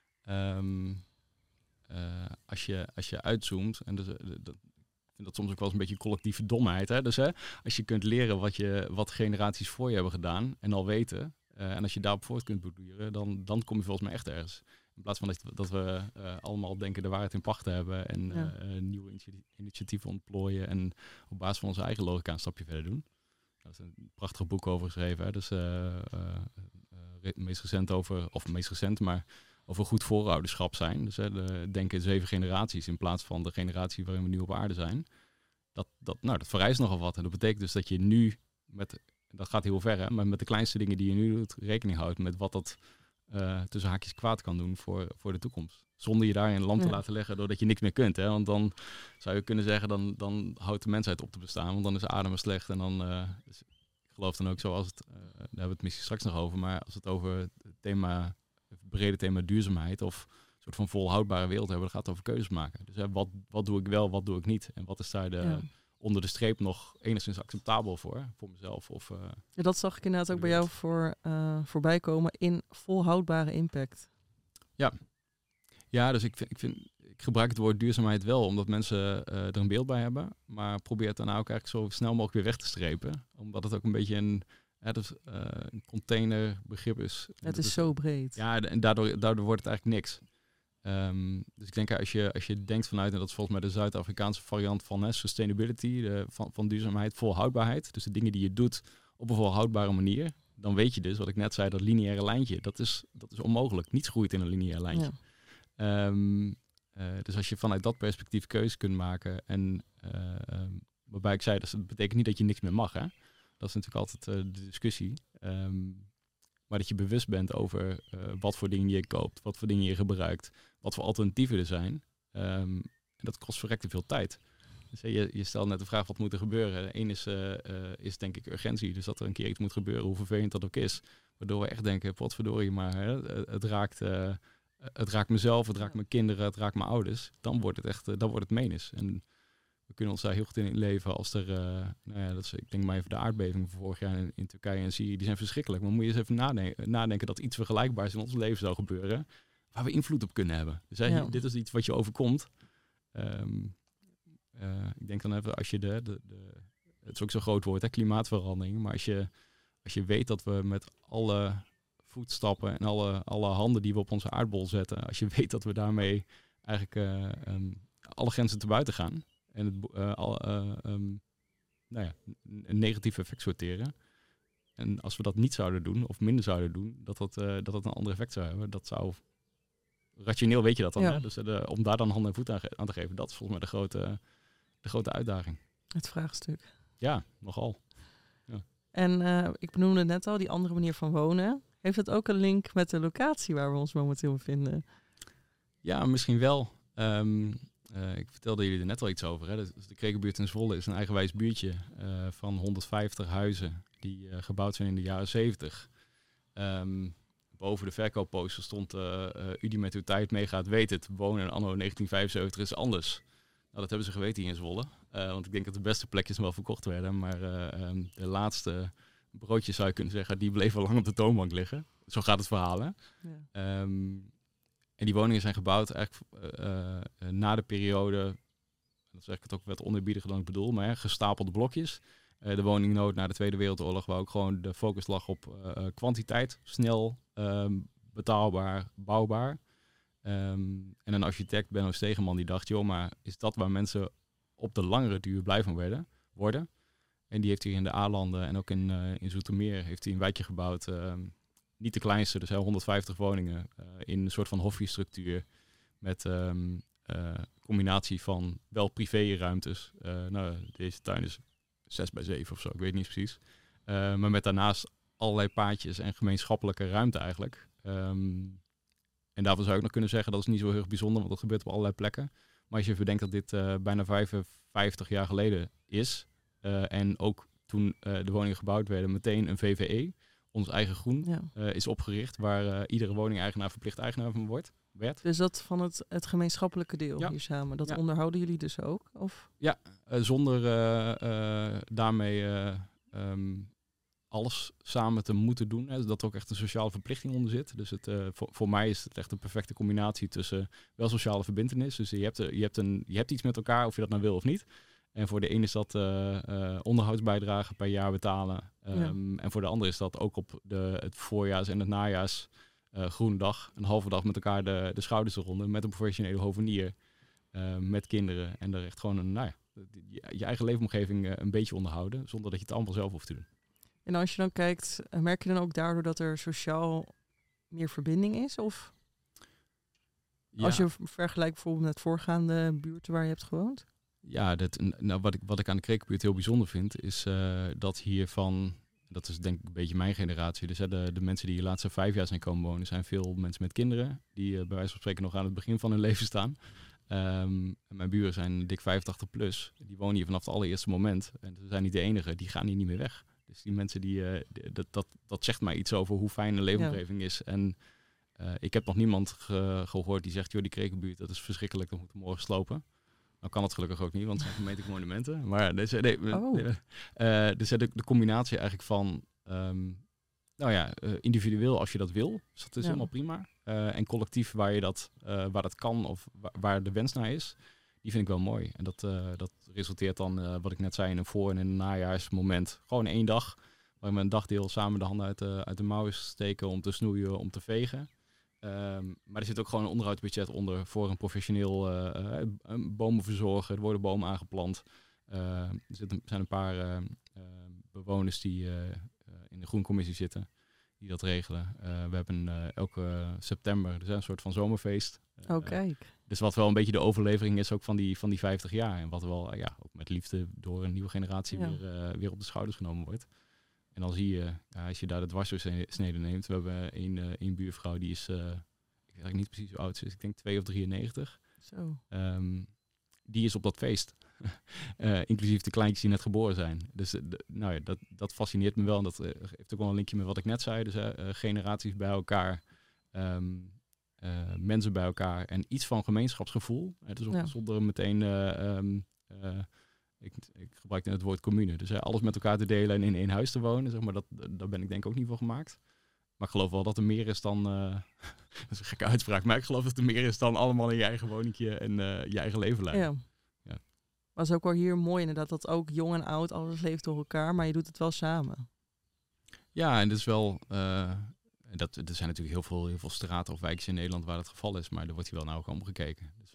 Als je uitzoomt, en ik vind dat soms ook wel eens een beetje collectieve domheid. Hè? Dus als je kunt leren wat generaties voor je hebben gedaan en al weten, en als je daarop voort kunt borduren, dan kom je volgens mij echt ergens. In plaats van dat we allemaal denken de waarheid in pacht te hebben en nieuwe initiatieven ontplooien en op basis van onze eigen logica een stapje verder doen. Daar is een prachtig boek over geschreven. Hè? Dus meest recent, maar over goed voorouderschap zijn. Dus denken 7 generaties in plaats van de generatie waarin we nu op aarde zijn. Dat vereist nogal wat. En dat betekent dus dat je nu, dat gaat heel ver, hè, maar met de kleinste dingen die je nu doet, rekening houdt met wat dat tussen haakjes kwaad kan doen voor de toekomst. Zonder je daar in lamp te laten leggen doordat je niks meer kunt. Hè? Want dan zou je kunnen zeggen, dan houdt de mensheid op te bestaan. Want dan is ademen slecht. En dan, dus ik geloof dan ook zoals daar hebben we het misschien straks nog over, maar als we het over het brede thema duurzaamheid of een soort van volhoudbare wereld hebben, dan gaat het over keuzes maken. Dus wat doe ik wel, wat doe ik niet? En wat is daar onder de streep nog enigszins acceptabel voor mezelf? Dat zag ik inderdaad ook bij jou voorbij komen in volhoudbare impact. Ja, dus ik gebruik het woord duurzaamheid wel, omdat mensen er een beeld bij hebben. Maar probeer het daarna ook eigenlijk zo snel mogelijk weer weg te strepen. Omdat het ook een beetje een containerbegrip is. Het is zo breed. Ja, en daardoor wordt het eigenlijk niks. Dus ik denk als je denkt vanuit, en dat is volgens mij de Zuid-Afrikaanse variant van sustainability, van duurzaamheid, volhoudbaarheid. Dus de dingen die je doet op een volhoudbare manier. Dan weet je dus, wat ik net zei, dat lineaire lijntje, dat is onmogelijk. Niets groeit in een lineair lijntje. Ja. Dus als je vanuit dat perspectief keuze kunt maken en Waarbij ik zei, dat betekent niet dat je niks meer mag. Hè? Dat is natuurlijk altijd de discussie. Maar dat je bewust bent over wat voor dingen je koopt, wat voor dingen je gebruikt, wat voor alternatieven er zijn. En dat kost verrekte veel tijd. Dus je stelt net de vraag wat moet er gebeuren. Eén is denk ik urgentie. Dus dat er een keer iets moet gebeuren, hoe vervelend dat ook is. Waardoor we echt denken, potverdorie, maar het raakt mezelf, het raakt mijn kinderen, het raakt mijn ouders. Dan wordt het menens. En we kunnen ons daar heel goed in leven als er, ik denk maar even de aardbevingen van vorig jaar in Turkije en Syrië, die zijn verschrikkelijk. Maar moet je eens even nadenken dat iets vergelijkbaars in ons leven zou gebeuren, waar we invloed op kunnen hebben. Dus dit is iets wat je overkomt. Ik denk dan even, als je het is ook zo'n groot woord, hè, klimaatverandering, maar als je weet dat we met alle voetstappen en alle handen die we op onze aardbol zetten, als je weet dat we daarmee eigenlijk alle grenzen te buiten gaan en een negatief effect sorteren. En als we dat niet zouden doen, of minder zouden doen, dat een ander effect zou hebben. Dat zou rationeel weet je dat dan. Ja. Hè? Dus om daar dan hand en voet aan te geven, dat is volgens mij de grote uitdaging. Het vraagstuk. Ja, nogal. Ja. En ik benoemde net al, die andere manier van wonen. Heeft het ook een link met de locatie waar we ons momenteel bevinden? Ja, misschien wel. Ik vertelde jullie er net al iets over. Hè? Dus de Krekenbuurt in Zwolle is een eigenwijs buurtje van 150 huizen die gebouwd zijn in de jaren 70. Boven de verkoopposter stond u die met uw tijd meegaat weet het. Wonen anno 1975 is anders. Nou, dat hebben ze geweten hier in Zwolle. Want ik denk dat de beste plekjes wel verkocht werden. Maar de laatste broodjes zou je kunnen zeggen, die bleven lang op de toonbank liggen. Zo gaat het verhaal. Hè? Ja. En die woningen zijn gebouwd eigenlijk na de periode, dat zeg ik het ook wat oneerbiediger dan ik bedoel, maar gestapelde blokjes. De woningnood na de Tweede Wereldoorlog, waar ook gewoon de focus lag op kwantiteit, snel, betaalbaar, bouwbaar. En een architect, Benno Stegeman, die dacht, joh, maar is dat waar mensen op de langere duur blij van worden? En die heeft hier in de A-landen en ook in Zoetermeer heeft hij een wijkje gebouwd. Niet de kleinste, dus 150 woningen in een soort van hofjestructuur met combinatie van wel privéruimtes. Deze tuin is 6 bij 7 of zo, ik weet niet precies. Maar met daarnaast allerlei paadjes en gemeenschappelijke ruimte eigenlijk. En daarvan zou ik nog kunnen zeggen, dat is niet zo heel erg bijzonder, want dat gebeurt op allerlei plekken. Maar als je bedenkt dat dit bijna 55 jaar geleden is, en ook toen de woningen gebouwd werden, meteen een VVE, ons eigen groen, is opgericht, waar iedere woningeigenaar verplicht eigenaar van werd. Dus dat van het gemeenschappelijke deel hier samen, dat onderhouden jullie dus ook? Of? Ja, zonder daarmee alles samen te moeten doen. Hè, dat er ook echt een sociale verplichting onder zit. Dus voor mij is het echt een perfecte combinatie tussen wel sociale verbintenis. Dus je hebt iets met elkaar, of je dat nou wil of niet. En voor de ene is dat onderhoudsbijdrage per jaar betalen. En voor de andere is dat ook op het voorjaars- en het najaars groendag. Een halve dag met elkaar de schouders eronder. Met een professionele hovenier. Met kinderen. En er echt gewoon je eigen leefomgeving een beetje onderhouden. Zonder dat je het allemaal zelf hoeft te doen. En als je dan kijkt, merk je dan ook daardoor dat er sociaal meer verbinding is? Of als je vergelijkt bijvoorbeeld met voorgaande buurten waar je hebt gewoond? Ja, wat ik aan de Krekenbuurt heel bijzonder vind, is dat hiervan, dat is denk ik een beetje mijn generatie, dus de mensen die hier de laatste 5 jaar zijn komen wonen, zijn veel mensen met kinderen, die bij wijze van spreken nog aan het begin van hun leven staan. Mijn buren zijn dik 85 plus, die wonen hier vanaf het allereerste moment. En ze zijn niet de enige, die gaan hier niet meer weg. Dus die mensen, dat zegt mij iets over hoe fijn een leefomgeving is. En ik heb nog niemand gehoord die zegt, joh, die Krekenbuurt, dat is verschrikkelijk, dat moeten we morgen slopen. Nou kan dat gelukkig ook niet, want het zijn gemeentelijke monumenten. Maar de combinatie eigenlijk van individueel als je dat wil, dus dat is helemaal prima. En collectief waar dat kan of waar de wens naar is, die vind ik wel mooi. En dat resulteert dan, wat ik net zei, in een voor- en een najaarsmoment. Gewoon 1 dag, waar we een dagdeel samen de handen uit de mouwen steken om te snoeien, om te vegen. Maar er zit ook gewoon een onderhoudsbudget onder voor een professioneel bomen verzorgen. Er worden bomen aangeplant. Er zijn een paar bewoners die in de groencommissie zitten, die dat regelen. We hebben elke september een soort van zomerfeest. Kijk. Dus wat wel een beetje de overlevering is ook van die 50 jaar. En wat wel ook met liefde door een nieuwe generatie weer op de schouders genomen wordt. En dan zie je, als je daar de dwarsdoorsnede neemt. We hebben één buurvrouw, die is, ik weet eigenlijk niet precies hoe oud ze is. Ik denk 2 of 93. Zo. Die is op dat feest. Inclusief de kleintjes die net geboren zijn. Dus dat fascineert me wel. En dat heeft ook wel een linkje met wat ik net zei. Dus generaties bij elkaar. Mensen bij elkaar. En iets van gemeenschapsgevoel. Dus ook zonder meteen... Ik gebruik net het woord commune. Dus alles met elkaar te delen en in één huis te wonen. Zeg maar, daar ben ik denk ik ook niet voor gemaakt. Maar ik geloof wel dat er meer is dan... dat is een gekke uitspraak. Maar ik geloof dat er meer is dan allemaal in je eigen woningje en je eigen leven leiden. Ja. Was ook wel hier mooi inderdaad. Dat ook jong en oud, alles leeft door elkaar. Maar je doet het wel samen. Ja, en dat is wel... er zijn natuurlijk heel veel straten of wijkjes in Nederland waar dat geval is. Maar er wordt hier wel naar ook omgekeken. Dus,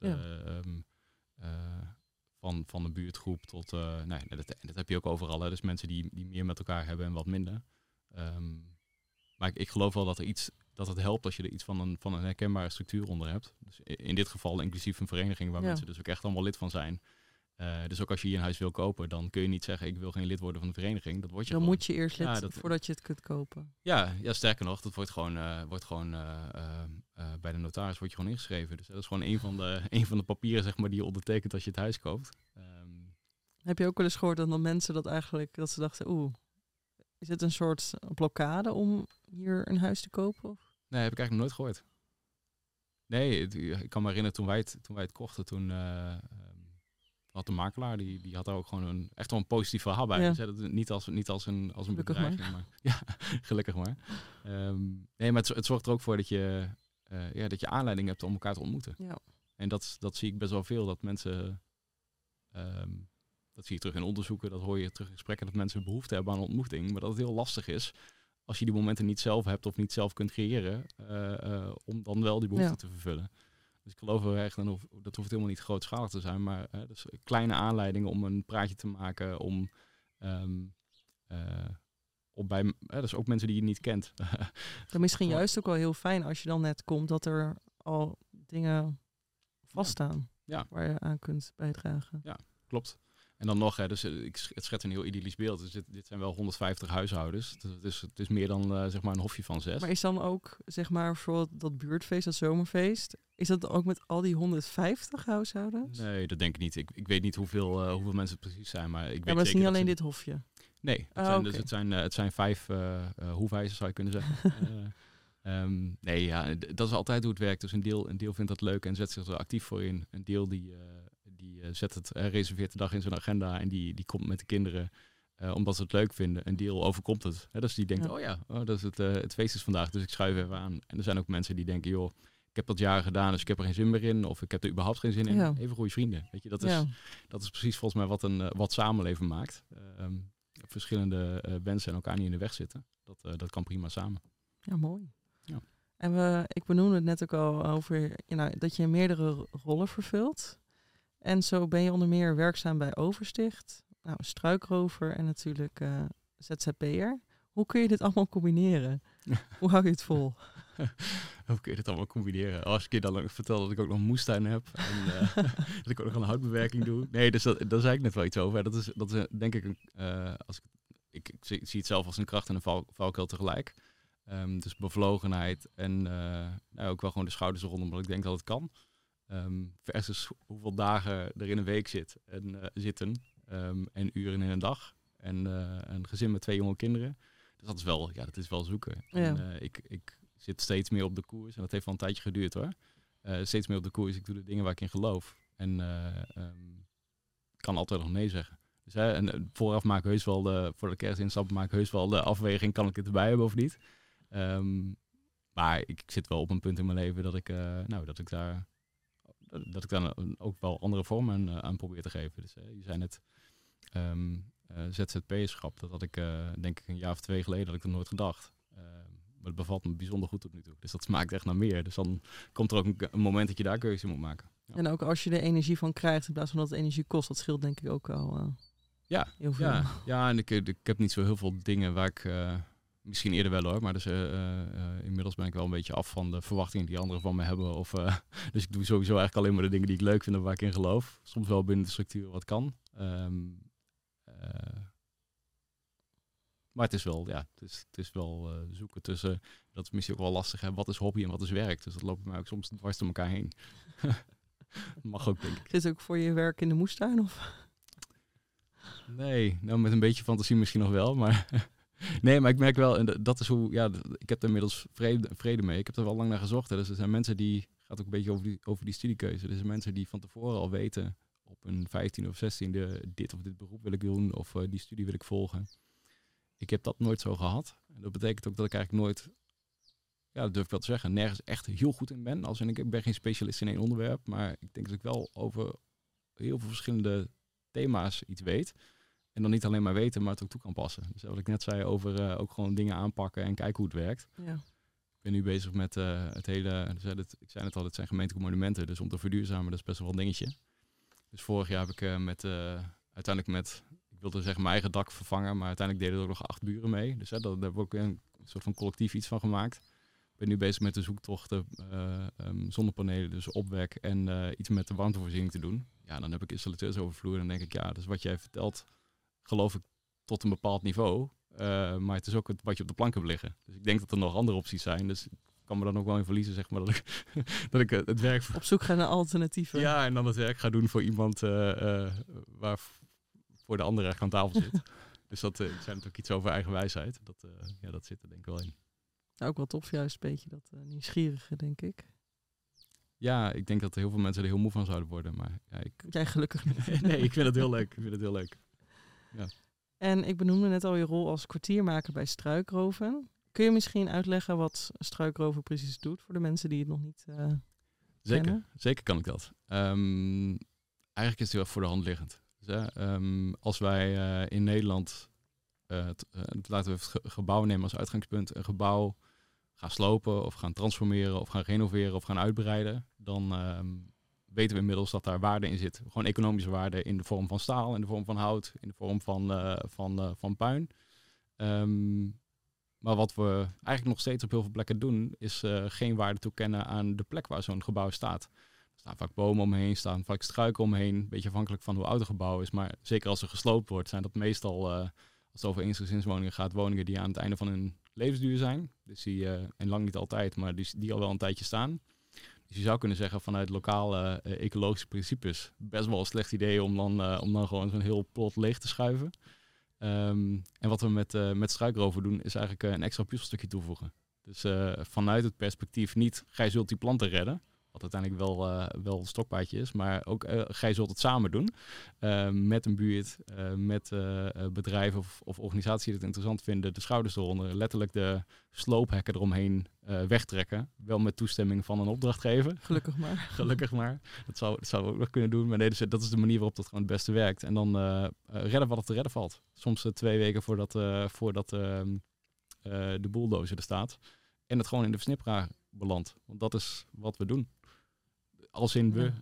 van de buurtgroep tot... dat heb je ook overal. Hè. Dus mensen die meer met elkaar hebben en wat minder. Maar ik geloof wel dat het helpt als je er iets van een herkenbare structuur onder hebt. Dus in dit geval inclusief een vereniging waar mensen dus ook echt allemaal lid van zijn. Dus ook als je hier een huis wil kopen, dan kun je niet zeggen ik wil geen lid worden van de vereniging. Dat word je dan gewoon. Moet je eerst lid voordat je het kunt kopen. Ja, sterker nog, dat wordt gewoon bij de notaris wordt je gewoon ingeschreven. Dus dat is gewoon een van de papieren zeg maar, die je ondertekent als je het huis koopt. Heb je ook wel eens gehoord dat dan mensen dat ze dachten, is het een soort blokkade om hier een huis te kopen? Of? Nee, heb ik eigenlijk nooit gehoord. Nee, ik kan me herinneren toen wij het kochten, toen had de makelaar, die had daar ook gewoon echt wel een positief verhaal bij. Ja. Dus niet als een bedreiging. Maar, ja, gelukkig maar. Nee, maar het zorgt er ook voor dat je aanleiding hebt om elkaar te ontmoeten. Ja. En dat zie ik best wel veel, dat mensen... dat zie je terug in onderzoeken, dat hoor je terug in gesprekken, dat mensen behoefte hebben aan een ontmoeting. Maar dat het heel lastig is als je die momenten niet zelf hebt of niet zelf kunt creëren, om dan wel die behoefte te vervullen. Dus ik geloof er echt, en dat hoeft helemaal niet grootschalig te zijn, maar dus kleine aanleidingen om een praatje te maken, om dus ook mensen die je niet kent. Dan misschien juist ook wel heel fijn als je dan net komt, dat er al dingen vaststaan waar je aan kunt bijdragen. Ja, klopt. En dan nog, dus het schetst een heel idyllisch beeld. Dus dit zijn wel 150 huishoudens. Dus het is meer dan zeg maar een hofje van 6. Maar is dan ook, zeg maar, voor dat buurtfeest, dat zomerfeest, is dat ook met al die 150 huishoudens? Nee, dat denk ik niet. Ik weet niet hoeveel mensen het precies zijn. Maar ik weet maar het is niet alleen dit hofje? Nee, het zijn 5 hoefijzers, zou je kunnen zeggen. Dat is altijd hoe het werkt. Dus een deel vindt dat leuk en zet zich er actief voor in. Een deel die reserveert de dag in zijn agenda en die komt met de kinderen omdat ze het leuk vinden. Een deel overkomt het. Dus die denkt, dat is het feest is vandaag, dus ik schuif even aan. En er zijn ook mensen die denken, joh, ik heb dat jaren gedaan, dus ik heb er geen zin meer in. Of ik heb er überhaupt geen zin in. Ja. Even goede vrienden. Weet je, dat is precies volgens mij wat samenleven maakt. Verschillende wensen en elkaar niet in de weg zitten. Dat kan prima samen. Ja, mooi. Ja. En ik benoemde het net ook al over dat je meerdere rollen vervult. En zo ben je onder meer werkzaam bij Oversticht, struikrover en natuurlijk ZZP'er. Hoe kun je dit allemaal combineren? Hoe hou je het vol? Hoe kun je dit allemaal combineren? Als ik je dan vertel dat ik ook nog een moestuin heb en dat ik ook nog een houtbewerking doe. Nee, dus daar zei ik net wel iets over. Dat is denk ik, ik zie het zelf als een kracht en een valkuil tegelijk. Dus bevlogenheid en ook wel gewoon de schouders eronder, omdat ik denk dat het kan. Versus hoeveel dagen er in een week zitten en uren in een dag. En een gezin met 2 jonge kinderen. Dus dat is wel zoeken. Ja. En, ik zit steeds meer op de koers. En dat heeft wel een tijdje geduurd hoor. Steeds meer op de koers. Ik doe de dingen waar ik in geloof. En kan altijd nog nee zeggen. Dus, vooraf maak ik heus wel voor de kerstinstap maak ik heus wel de afweging. Kan ik het erbij hebben of niet? Maar ik zit wel op een punt in mijn leven dat ik daar ook wel andere vormen aan probeer te geven. Dus je zei net ZZP-schap. Dat had ik denk ik een jaar of 2 geleden had ik dat nooit gedacht. Maar het bevalt me bijzonder goed tot nu toe. Dus dat smaakt echt naar meer. Dus dan komt er ook een moment dat je daar keuze in moet maken. Ja. En ook als je er energie van krijgt in plaats van dat het energie kost. Dat scheelt denk ik ook al heel veel. Ja, en ik heb niet zo heel veel dingen waar ik Misschien eerder wel hoor, maar dus, inmiddels ben ik wel een beetje af van de verwachtingen die anderen van me hebben. Dus ik doe sowieso eigenlijk alleen maar de dingen die ik leuk vind en waar ik in geloof. Soms wel binnen de structuur wat kan. Maar het is wel, het is wel zoeken tussen, dat is misschien ook wel lastig, hè, wat is hobby en wat is werk. Dus dat loopt bij mij ook soms dwars door elkaar heen. Mag ook, denk ik. Zit ook voor je werk in de moestuin? Of? Nee, nou met een beetje fantasie misschien nog wel, maar... Nee, maar ik merk wel, en dat is hoe, ik heb er inmiddels vrede mee. Ik heb er wel lang naar gezocht. Hè. Dus er zijn mensen die, gaat ook een beetje over die studiekeuze. Er zijn mensen die van tevoren al weten, op een 15 of 16e, dit of dit beroep wil ik doen, of die studie wil ik volgen. Ik heb dat nooit zo gehad. En dat betekent ook dat ik eigenlijk nooit, dat durf ik wel te zeggen, nergens echt heel goed in ben. Ik ben geen specialist in één onderwerp, maar ik denk dat ik wel over heel veel verschillende thema's iets weet. En dan niet alleen maar weten, maar het ook toe kan passen. Dus wat ik net zei over ook gewoon dingen aanpakken en kijken hoe het werkt. Ja. Ik ben nu bezig met het hele, ik zei het al, het zijn gemeentelijke monumenten. Dus om te verduurzamen, dat is best wel een dingetje. Dus vorig jaar heb ik uiteindelijk met, ik wilde zeggen mijn eigen dak vervangen, maar uiteindelijk deden er ook nog 8 buren mee. Dus daar hebben we ook een soort van collectief iets van gemaakt. Ik ben nu bezig met de zoektochten, zonnepanelen, dus opwek en iets met de warmtevoorziening te doen. Ja, dan heb ik installateurs over de vloer en dan denk ik, dus wat jij vertelt, geloof ik tot een bepaald niveau. Maar het is ook wat je op de plank hebt liggen. Dus ik denk dat er nog andere opties zijn. Dus ik kan me dan ook wel in verliezen, zeg maar, dat ik het werk... Op zoek gaan naar alternatieven. Ja, en dan het werk ga doen voor iemand waar voor de andere echt aan tafel zit. Dus dat zijn natuurlijk iets over eigen wijsheid. Dat zit er denk ik wel in. Nou, ook wel tof, juist een beetje dat nieuwsgierige, denk ik. Ja, ik denk dat heel veel mensen er heel moe van zouden worden. Maar Jij gelukkig niet. Nee, ik vind het heel leuk. Ja. En ik benoemde net al je rol als kwartiermaker bij Struikroven. Kun je misschien uitleggen wat Struikroven precies doet voor de mensen die het nog niet kennen? Zeker kan ik dat. Eigenlijk is het heel erg voor de hand liggend. Dus, als wij in Nederland, laten we het gebouw nemen als uitgangspunt, een gebouw gaan slopen of gaan transformeren of gaan renoveren of gaan uitbreiden, dan weten we inmiddels dat daar waarde in zit. Gewoon economische waarde in de vorm van staal, in de vorm van hout, in de vorm van puin. Maar wat we eigenlijk nog steeds op heel veel plekken doen, is geen waarde toekennen aan de plek waar zo'n gebouw staat. Er staan vaak bomen omheen, staan vaak struiken omheen, een beetje afhankelijk van hoe oud een gebouw is. Maar zeker als er gesloopt wordt, zijn dat meestal, als het over eensgezinswoningen gaat, woningen die aan het einde van hun levensduur zijn. Dus en lang niet altijd, maar die al wel een tijdje staan. Dus je zou kunnen zeggen vanuit lokale ecologische principes best wel een slecht idee om dan gewoon zo'n heel plot leeg te schuiven. En wat we met Struikroven doen is eigenlijk een extra puzzelstukje toevoegen. Dus vanuit het perspectief niet, gij zult die planten redden. Wat uiteindelijk wel een stokpaardje is. Maar ook, gij zult het samen doen. Met een buurt, met bedrijven of organisaties die het interessant vinden. De schouders eronder. Letterlijk de sloophekken eromheen wegtrekken. Wel met toestemming van een opdrachtgever. Gelukkig maar. Dat zouden we ook nog kunnen doen. Maar nee, dus dat is de manier waarop dat gewoon het beste werkt. En dan redden wat er te redden valt. Soms 2 weken voordat de bulldozer er staat. En het gewoon in de versnipperaar belandt. Want dat is wat we doen. Als in we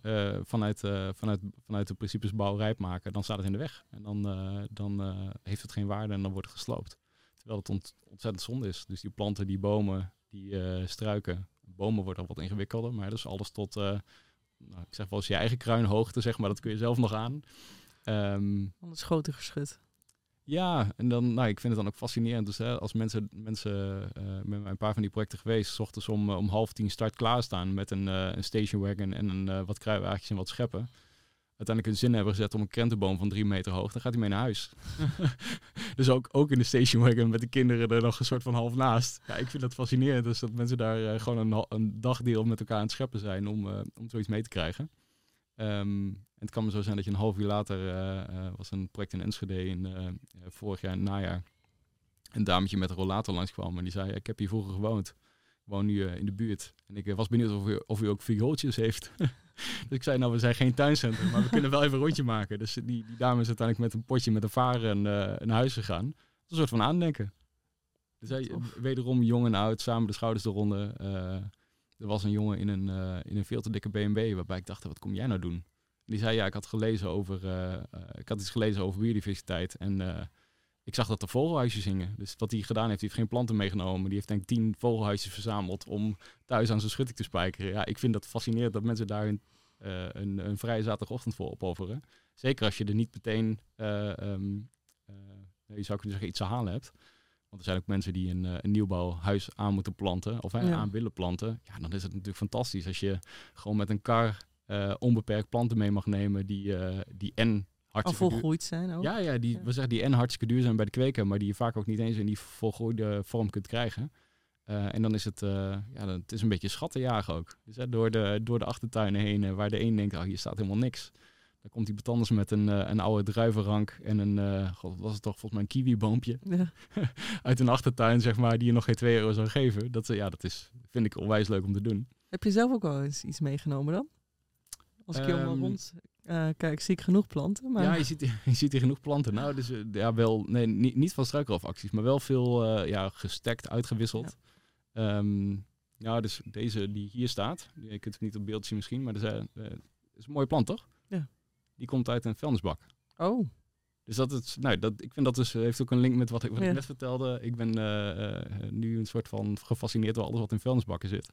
vanuit de principes bouw rijp maken, dan staat het in de weg. En dan heeft het geen waarde en dan wordt het gesloopt. Terwijl het ontzettend zonde is. Dus die planten, die bomen, die struiken. Bomen wordt al wat ingewikkelder, maar dus alles tot, ik zeg wel eens je eigen kruinhoogte, zeg maar. Dat kun je zelf nog aan. Anders groter geschud. Ja, en dan, ik vind het dan ook fascinerend. Dus als mensen met een paar van die projecten geweest, 's ochtends om 9:30 start klaarstaan met een stationwagon en wat kruiwagentjes en wat scheppen. Uiteindelijk een zin hebben gezet om een krentenboom van 3 meter hoog, dan gaat hij mee naar huis. Dus ook in de stationwagon met de kinderen er nog een soort van half naast. Ja, ik vind dat fascinerend. Dus dat mensen daar gewoon een dagdeel met elkaar aan het scheppen zijn om zoiets mee te krijgen. En het kan me zo zijn dat je een half uur later was een project in Enschede vorig jaar in het najaar. Een dametje met een rollator langskwam en die zei, ik heb hier vroeger gewoond. Ik woon nu in de buurt. En ik was benieuwd of u ook figuurtjes heeft. Dus ik zei, we zijn geen tuincentrum, maar we kunnen wel even een rondje maken. Dus die dame is uiteindelijk met een potje met een varen naar huis gegaan. Dat is een soort van aandenken. Dus wederom jong en oud, samen de schouders eronder. Er was een jongen in een veel te dikke BMW, waarbij ik dacht, wat kom jij nou doen? Die zei, ik had iets gelezen over biodiversiteit. En ik zag dat de vogelhuisjes hingen. Dus wat hij gedaan heeft, hij heeft geen planten meegenomen. Die heeft denk ik 10 vogelhuisjes verzameld om thuis aan zijn schutting te spijkeren. Ja, ik vind dat fascinerend dat mensen daar een vrije zaterdagochtend voor opofferen. Zeker als je er niet meteen, je zou kunnen zeggen, iets te halen hebt. Want er zijn ook mensen die een nieuwbouwhuis aan moeten planten of aan willen planten. Ja, dan is het natuurlijk fantastisch als je gewoon met een kar onbeperkt planten mee mag nemen die en hartstikke al volgroeid zijn ook. We zeggen die en hartstikke duur zijn bij de kweker, maar die je vaak ook niet eens in die volgroeide vorm kunt krijgen. En dan is het, het is een beetje schattenjagen ook. Dus door de achtertuinen heen, waar de een denkt, hier staat helemaal niks. Dan komt iemand anders met een oude druivenrank en wat was het toch, volgens mij een kiwiboompje. Ja. Uit een achtertuin, zeg maar, die je nog geen €2 zou geven. Dat vind ik onwijs leuk om te doen. Heb je zelf ook wel eens iets meegenomen dan? Als ik helemaal rond kijk, zie ik genoeg planten. Maar... Ja, je ziet hier genoeg planten. Nou, dus niet van struikroofacties, maar wel veel gestekt, uitgewisseld. Ja. Dus deze die hier staat, je kunt het niet op beeld zien misschien, maar is een mooie plant, toch? Ja. Die komt uit een vuilnisbak. Oh. Dus ik vind dat dus heeft ook een link met wat ik net vertelde. Ik ben nu een soort van gefascineerd door alles wat in vuilnisbakken zit.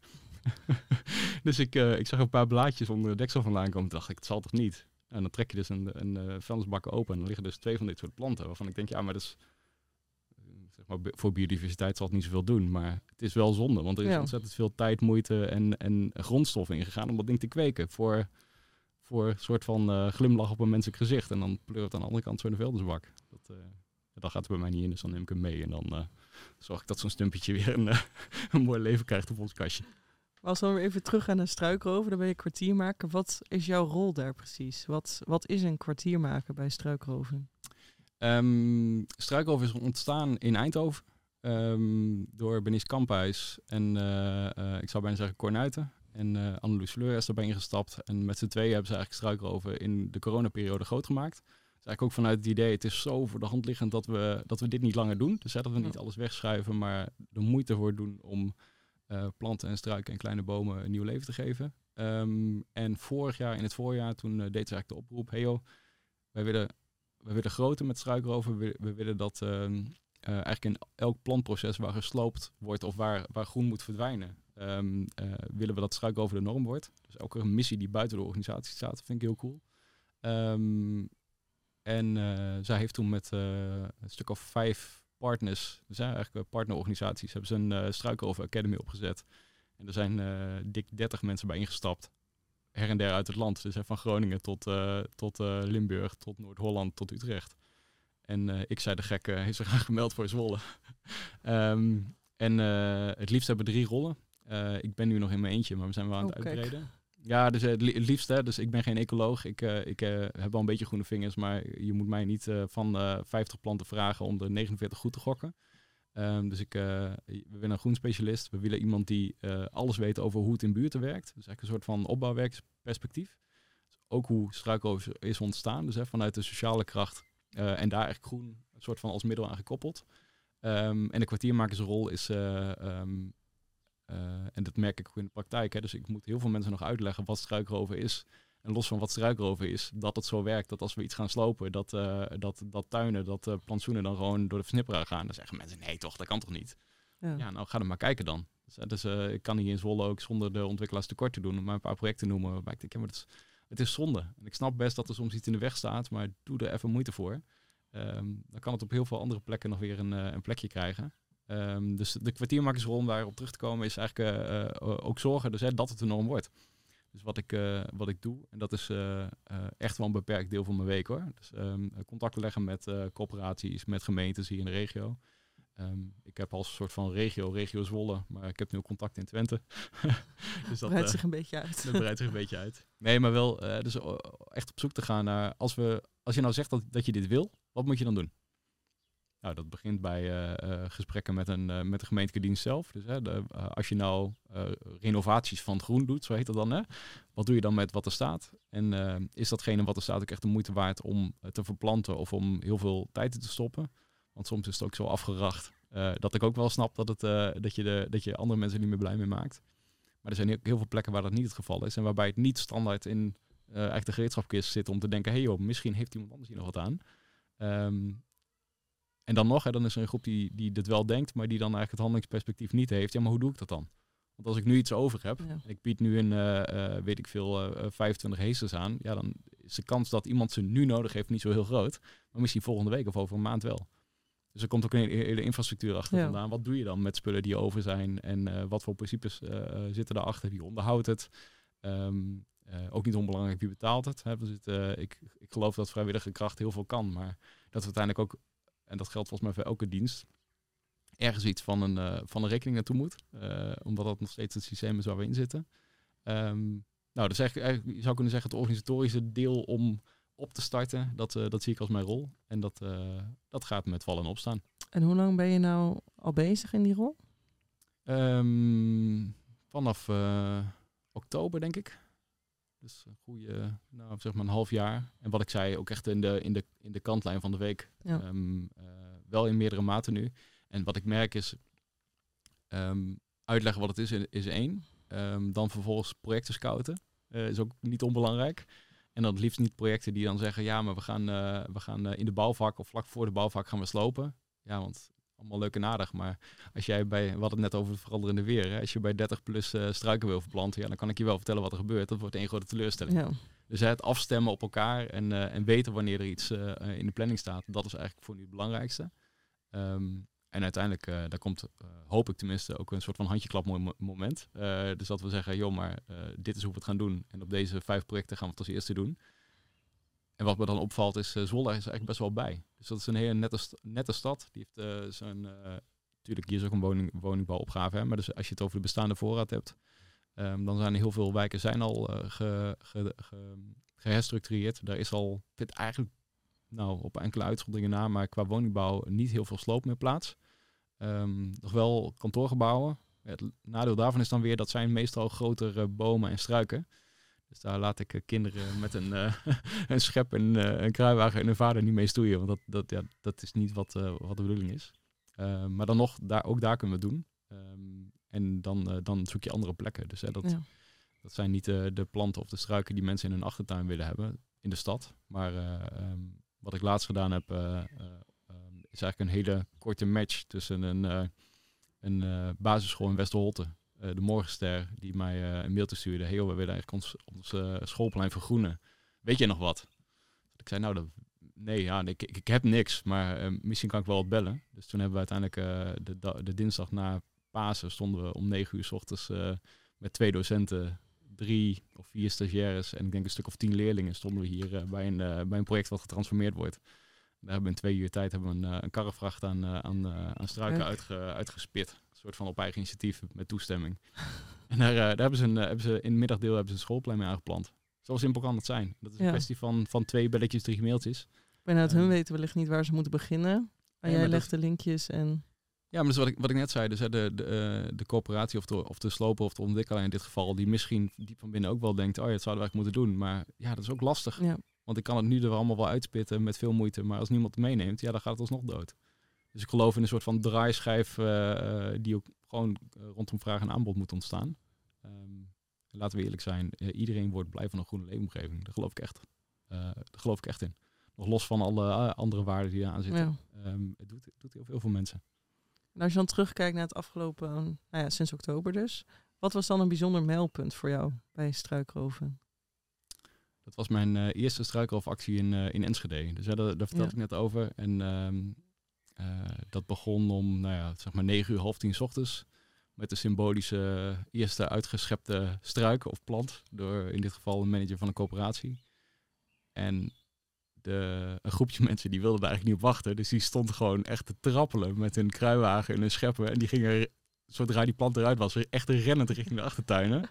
Dus ik zag een paar blaadjes onder de deksel vandaan komen. Toen dacht ik, het zal toch niet? En dan trek je dus een vuilnisbak open en dan liggen dus 2 van dit soort planten. Waarvan ik denk, ja, maar dat is... Zeg maar, voor biodiversiteit zal het niet zoveel doen, maar het is wel zonde. Want er is ontzettend veel tijd, moeite en grondstoffen ingegaan om dat ding te kweken. Voor een soort van glimlach op een menselijk gezicht. En dan pleurt het aan de andere kant zo in de vuilnisbak. Dat gaat er bij mij niet in, dus dan neem ik hem mee. En dan zorg ik dat zo'n stumpetje weer een mooi leven krijgt op ons kastje. Als we weer even terug gaan naar struikroven, dan ben je kwartiermaker. Wat is jouw rol daar precies? Wat is een kwartiermaker bij struikroven? Struikroven is ontstaan in Eindhoven door Bernice Kamphuis en ik zou bijna zeggen Cornuiten. En Anneloes Fleur is daarbij ingestapt. En met z'n tweeën hebben ze eigenlijk struikroven in de coronaperiode groot gemaakt. Dus eigenlijk ook vanuit het idee, het is zo voor de hand liggend dat we dit niet langer doen. Dus dat we niet alles wegschuiven, maar de moeite voor doen om planten en struiken en kleine bomen een nieuw leven te geven. En vorig jaar in het voorjaar, toen deed ze eigenlijk de oproep, hey joh, wij willen groter met struikroven. We willen dat eigenlijk in elk plantproces waar gesloopt wordt of waar groen moet verdwijnen, willen we dat struikroven de norm wordt. Dus elke missie die buiten de organisatie staat, vind ik heel cool. Zij heeft toen met een stuk of 5 partners, dus eigenlijk partnerorganisaties, hebben ze een struikroven academy opgezet. En er zijn dik 30 mensen bij ingestapt. Her en der uit het land. Dus van Groningen tot Limburg, tot Noord-Holland, tot Utrecht. En ik zei de gek, heeft zich aangemeld voor Zwolle. Het liefst hebben we 3 rollen. Ik ben nu nog in mijn eentje, maar we zijn wel aan het uitbreiden. Kijk. Ja, dus het liefst, hè. Dus ik ben geen ecoloog. Ik heb wel een beetje groene vingers, maar je moet mij niet van 50 planten vragen om de 49 goed te gokken. Dus we willen een groenspecialist. We willen iemand die alles weet over hoe het in buurten werkt. Dus eigenlijk een soort van opbouwwerksperspectief. Dus ook hoe struikroven is ontstaan. Dus vanuit de sociale kracht. En daar eigenlijk groen een soort van als middel aan gekoppeld. En de kwartiermakersrol is... en dat merk ik ook in de praktijk. Hè. Dus ik moet heel veel mensen nog uitleggen wat struikroven is. En los van wat struikroven is, dat het zo werkt. Dat als we iets gaan slopen, dat tuinen, dat plantsoenen dan gewoon door de versnipperaar gaan. Dan zeggen mensen, nee toch, dat kan toch niet? Ja, nou ga er maar kijken dan. Dus ik kan hier in Zwolle ook zonder de ontwikkelaars tekort te doen, maar een paar projecten noemen. Waarbij ik denk, ja, maar het is zonde. En ik snap best dat er soms iets in de weg staat, maar doe er even moeite voor. Dan kan het op heel veel andere plekken nog weer een plekje krijgen. Dus de kwartiermakersrol om daarop terug te komen is eigenlijk ook zorgen dus, dat het de norm wordt. Dus wat ik doe, en dat is echt wel een beperkt deel van mijn week hoor. Dus contacten leggen met corporaties, met gemeentes hier in de regio. Ik heb als soort van regio Zwolle, maar ik heb nu contact in Twente. Dus dat breidt zich een beetje uit. Dat breidt zich een beetje uit. Nee, maar wel dus echt op zoek te gaan naar, als je nou zegt dat je dit wil, wat moet je dan doen? Nou, dat begint bij gesprekken met de gemeentelijke dienst zelf. Dus als je nou renovaties van het groen doet, zo heet dat dan. Hè? Wat doe je dan met wat er staat? En is datgene wat er staat ook echt de moeite waard om te verplanten of om heel veel tijd in te stoppen? Want soms is het ook zo afgeracht dat ik ook wel snap dat je andere mensen niet meer blij mee maakt. Maar er zijn heel veel plekken waar dat niet het geval is. En waarbij het niet standaard in eigenlijk de gereedschapkist zit om te denken, hey joh, misschien heeft iemand anders hier nog wat aan. En dan nog, dan is er een groep die dit wel denkt, maar die dan eigenlijk het handelingsperspectief niet heeft. Ja, maar hoe doe ik dat dan? Want als ik nu iets over heb, en ik bied nu een, 25 heesters aan, ja, dan is de kans dat iemand ze nu nodig heeft niet zo heel groot. Maar misschien volgende week of over een maand wel. Dus er komt ook een hele infrastructuur achter vandaan. Wat doe je dan met spullen die over zijn? En wat voor principes zitten daarachter? Wie onderhoudt het? Ook niet onbelangrijk, wie betaalt het? Hè? Ik geloof dat vrijwillige kracht heel veel kan. Maar dat we uiteindelijk ook, en dat geldt volgens mij voor elke dienst, ergens iets van een rekening naartoe moet. Omdat dat nog steeds het systeem is waar we in zitten. Dus eigenlijk, je zou kunnen zeggen, het organisatorische deel om op te starten, dat zie ik als mijn rol. En dat gaat met vallen en opstaan. En hoe lang ben je nou al bezig in die rol? Vanaf oktober, denk ik. Dus een goede, zeg maar een half jaar. En wat ik zei, ook echt in de kantlijn van de week. Ja. Wel in meerdere maten nu. En wat ik merk is, uitleggen wat het is één. Dan vervolgens projecten scouten. Is ook niet onbelangrijk. En dan het liefst niet projecten die dan zeggen, ja, maar we gaan in de bouwvak of vlak voor de bouwvak gaan we slopen. Ja, want allemaal leuk en aardig. Maar als jij we hadden het net over het veranderende weer. Hè? Als je bij 30 plus struiken wil verplanten, ja, dan kan ik je wel vertellen wat er gebeurt. Dat wordt één grote teleurstelling. Ja. Dus het afstemmen op elkaar en weten wanneer er iets in de planning staat, dat is eigenlijk voor nu het belangrijkste. En uiteindelijk, daar komt, hoop ik tenminste, ook een soort van handjeklap moment. Dus dat we zeggen, joh, maar dit is hoe we het gaan doen. En op deze 5 projecten gaan we het als eerste doen. En wat me dan opvalt is, Zwolle is eigenlijk best wel bij. Dus dat is een hele nette stad. Die heeft natuurlijk, hier is ook een woningbouwopgave. Hè, maar dus als je het over de bestaande voorraad hebt, dan zijn er heel veel wijken zijn al geherstructureerd. Daar is al, vindt eigenlijk op enkele uitzonderingen na, maar qua woningbouw niet heel veel sloop meer plaats. Nog wel kantoorgebouwen. Het nadeel daarvan is dan weer, dat zijn meestal grotere bomen en struiken. Dus daar laat ik kinderen met een schep en een kruiwagen en een vader niet mee stoeien. Want dat is niet wat de bedoeling is. Maar dan nog, ook daar kunnen we het doen. En dan zoek je andere plekken. Dus dat zijn niet de planten of de struiken die mensen in hun achtertuin willen hebben in de stad. Maar wat ik laatst gedaan heb, is eigenlijk een hele korte match tussen een basisschool in Westerholte. De Morgenster, die mij een mailtje stuurde. Hey, we willen eigenlijk ons schoolplein vergroenen. Weet je nog wat? Ik zei, ik heb niks, maar misschien kan ik wel wat bellen. Dus toen hebben we uiteindelijk de dinsdag na Pasen stonden we om 9 uur 's ochtends met 2 docenten, 3 of 4 stagiaires en ik denk een stuk of 10 leerlingen stonden we hier bij een project wat getransformeerd wordt. Daar hebben we in 2 uur tijd een karrevracht aan struiken uitgespit. Een soort van op eigen initiatief met toestemming. En daar hebben ze in het middagdeel een schoolplein mee aangeplant. Zo simpel kan het zijn. Dat is een kwestie van 2 belletjes, 3 mailtjes. Vanuit hun weten wellicht niet waar ze moeten beginnen. Maar jij legt de linkjes en... Ja, maar dus wat ik net zei, dus de coöperatie of de sloper of de ontwikkelaar in dit geval, die misschien diep van binnen ook wel denkt, dat zouden we eigenlijk moeten doen. Maar ja, dat is ook lastig. Ja. Want ik kan het nu er allemaal wel uitspitten met veel moeite, maar als niemand het meeneemt, ja, dan gaat het alsnog dood. Dus ik geloof in een soort van draaischijf die ook gewoon rondom vraag en aanbod moet ontstaan. Laten we eerlijk zijn, iedereen wordt blij van een groene leefomgeving. Daar geloof ik echt. Daar geloof ik echt in. Nog los van alle andere waarden die eraan zitten. Ja. Het doet heel veel voor mensen. En als je dan terugkijkt naar het afgelopen, sinds oktober dus. Wat was dan een bijzonder mijlpunt voor jou bij struikroven? Dat was mijn eerste struikroofactie in Enschede. Dus daar vertelde ik net over. En dat begon om 9 uur, 9:30 's ochtends. Met de symbolische eerste uitgeschepte struik of plant. Door in dit geval een manager van een coöperatie. En een groepje mensen die wilden daar eigenlijk niet op wachten. Dus die stond gewoon echt te trappelen met hun kruiwagen en hun scheppen. En die gingen, zodra die plant eruit was, echt rennend richting de achtertuinen.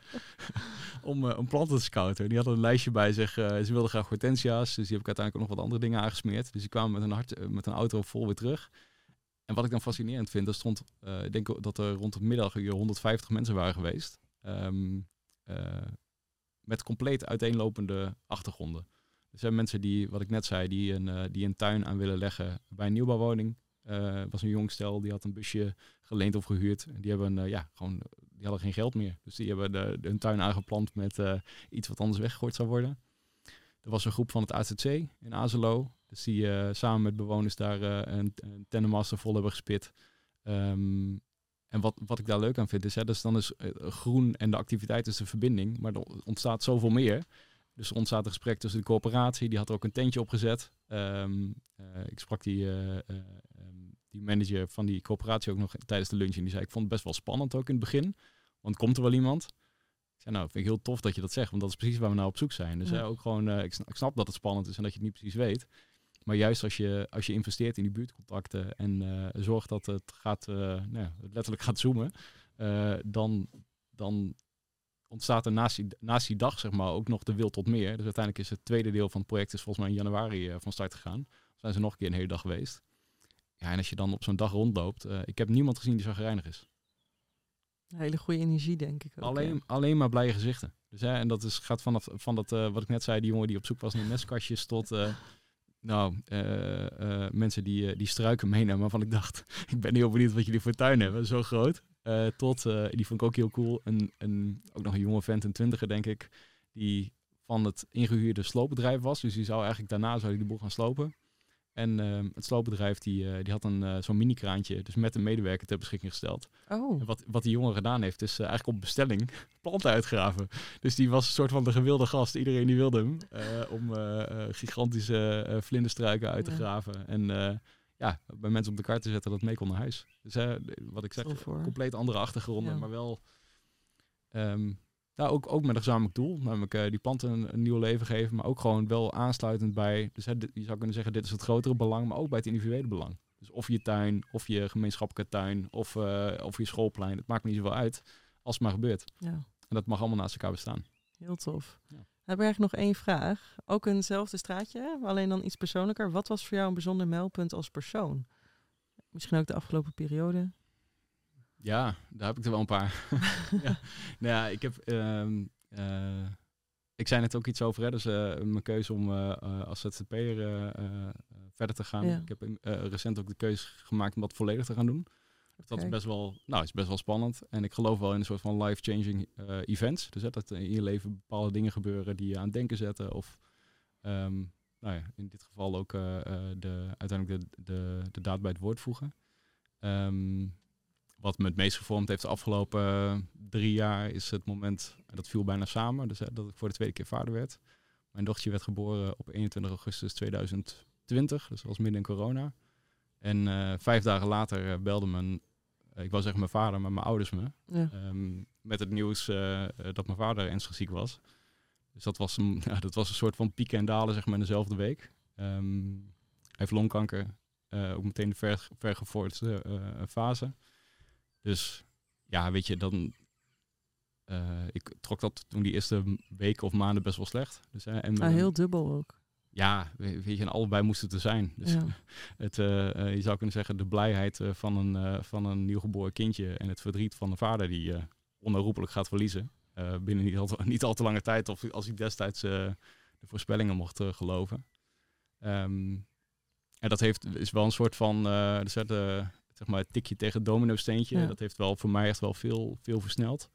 om planten te scouten. Die hadden een lijstje bij zich. Ze wilden graag hortensia's. Dus die heb ik uiteindelijk ook nog wat andere dingen aangesmeerd. Dus die kwamen met een auto vol weer terug. En wat ik dan fascinerend vind, ik denk dat er rond het middaguur 150 mensen waren geweest. Met compleet uiteenlopende achtergronden. Er zijn mensen die, wat ik net zei, die een tuin aan willen leggen bij een nieuwbouwwoning. Was een jong stel, die had een busje geleend of gehuurd. Die hebben die hadden geen geld meer. Dus die hebben hun tuin aangeplant met iets wat anders weggegooid zou worden. Er was een groep van het AZC in Azelo. Dus die samen met bewoners daar een tandemmaster vol hebben gespit. En wat ik daar leuk aan vind is, dus dan is groen en de activiteit is de verbinding. Maar er ontstaat zoveel meer. Dus er ontstaat een gesprek tussen de corporatie. Die had er ook een tentje opgezet. Ik sprak die manager van die corporatie ook nog tijdens de lunch. En die zei, ik vond het best wel spannend ook in het begin. Want komt er wel iemand? Ik zei, nou, vind ik heel tof dat je dat zegt. Want dat is precies waar we nou op zoek zijn. Dus ook gewoon, ik snap dat het spannend is en dat je het niet precies weet. Maar juist als je investeert in die buurtcontacten en zorgt dat het gaat, letterlijk gaat zoomen, dan ontstaat er naast die dag zeg maar ook nog de wil tot meer. Dus uiteindelijk is het tweede deel van het project is volgens mij in januari van start gegaan. Zijn ze nog een keer een hele dag geweest. Ja, en als je dan op zo'n dag rondloopt, ik heb niemand gezien die chagrijnig is. Een hele goede energie, denk ik ook. Alleen maar blije gezichten. Dus, en dat gaat van dat wat ik net zei, die jongen die op zoek was naar mestkastjes tot mensen die struiken meenemen, waarvan ik dacht, ik ben heel benieuwd wat jullie voor tuin hebben, zo groot. Die vond ik ook heel cool. Ook nog een jonge vent, een 20er denk ik, die van het ingehuurde sloopbedrijf was. Dus die zou eigenlijk daarna de boel gaan slopen. En het sloopbedrijf die had zo'n mini-kraantje, dus met een medewerker ter beschikking gesteld. Oh. En wat die jongen gedaan heeft, is eigenlijk op bestelling planten uitgraven. Dus die was een soort van de gewilde gast. Iedereen die wilde hem om gigantische vlinderstruiken uit te graven. En bij mensen op de kaart te zetten dat mee kon naar huis. Dus wat ik zeg, compleet andere achtergronden, maar wel ook met een gezamenlijk doel. Namelijk die planten een nieuw leven geven, maar ook gewoon wel aansluitend bij, dus je zou kunnen zeggen, dit is het grotere belang, maar ook bij het individuele belang. Dus of je tuin, of je gemeenschappelijke tuin, of je schoolplein, het maakt me niet zoveel uit, als het maar gebeurt. Ja. En dat mag allemaal naast elkaar bestaan. Heel tof. Ja. Heb ik eigenlijk nog één vraag. Ook eenzelfde straatje, alleen dan iets persoonlijker. Wat was voor jou een bijzonder mijlpunt als persoon? Misschien ook de afgelopen periode? Ja, daar heb ik er wel een paar. Ik heb... ik zei net ook iets over, dus mijn keuze om als ZZP'er verder te gaan. Ja. Ik heb recent ook de keuze gemaakt om dat volledig te gaan doen. Dus dat is best wel spannend. En ik geloof wel in een soort van life-changing events. Dus dat in je leven bepaalde dingen gebeuren die je aan het denken zetten. Of in dit geval ook uiteindelijk de daad bij het woord voegen. Wat me het meest gevormd heeft de afgelopen 3 jaar is het moment, dat viel bijna samen, dus dat ik voor de tweede keer vader werd. Mijn dochtertje werd geboren op 21 augustus 2020, dus dat was midden in corona. En 5 dagen later belde ik wou zeggen mijn vader, maar mijn ouders me. Ja. Met het nieuws dat mijn vader ernstig ziek was. Dus dat was een soort van pieken en dalen zeg maar in dezelfde week. Hij heeft longkanker, ook meteen de vergevorderde fase. Dus ja, weet je, dan... ik trok dat toen die eerste weken of maanden best wel slecht. Dus, heel dubbel ook. Ja, weet je, en allebei moest het er zijn. Dus je zou kunnen zeggen, de blijheid van een nieuwgeboren kindje en het verdriet van de vader die onherroepelijk gaat verliezen. Binnen niet al te lange tijd, of als ik destijds de voorspellingen mocht geloven. En dat is wel een soort van... zeg maar het tikje tegen het domino-steentje. Ja. Dat heeft wel voor mij echt wel veel versneld.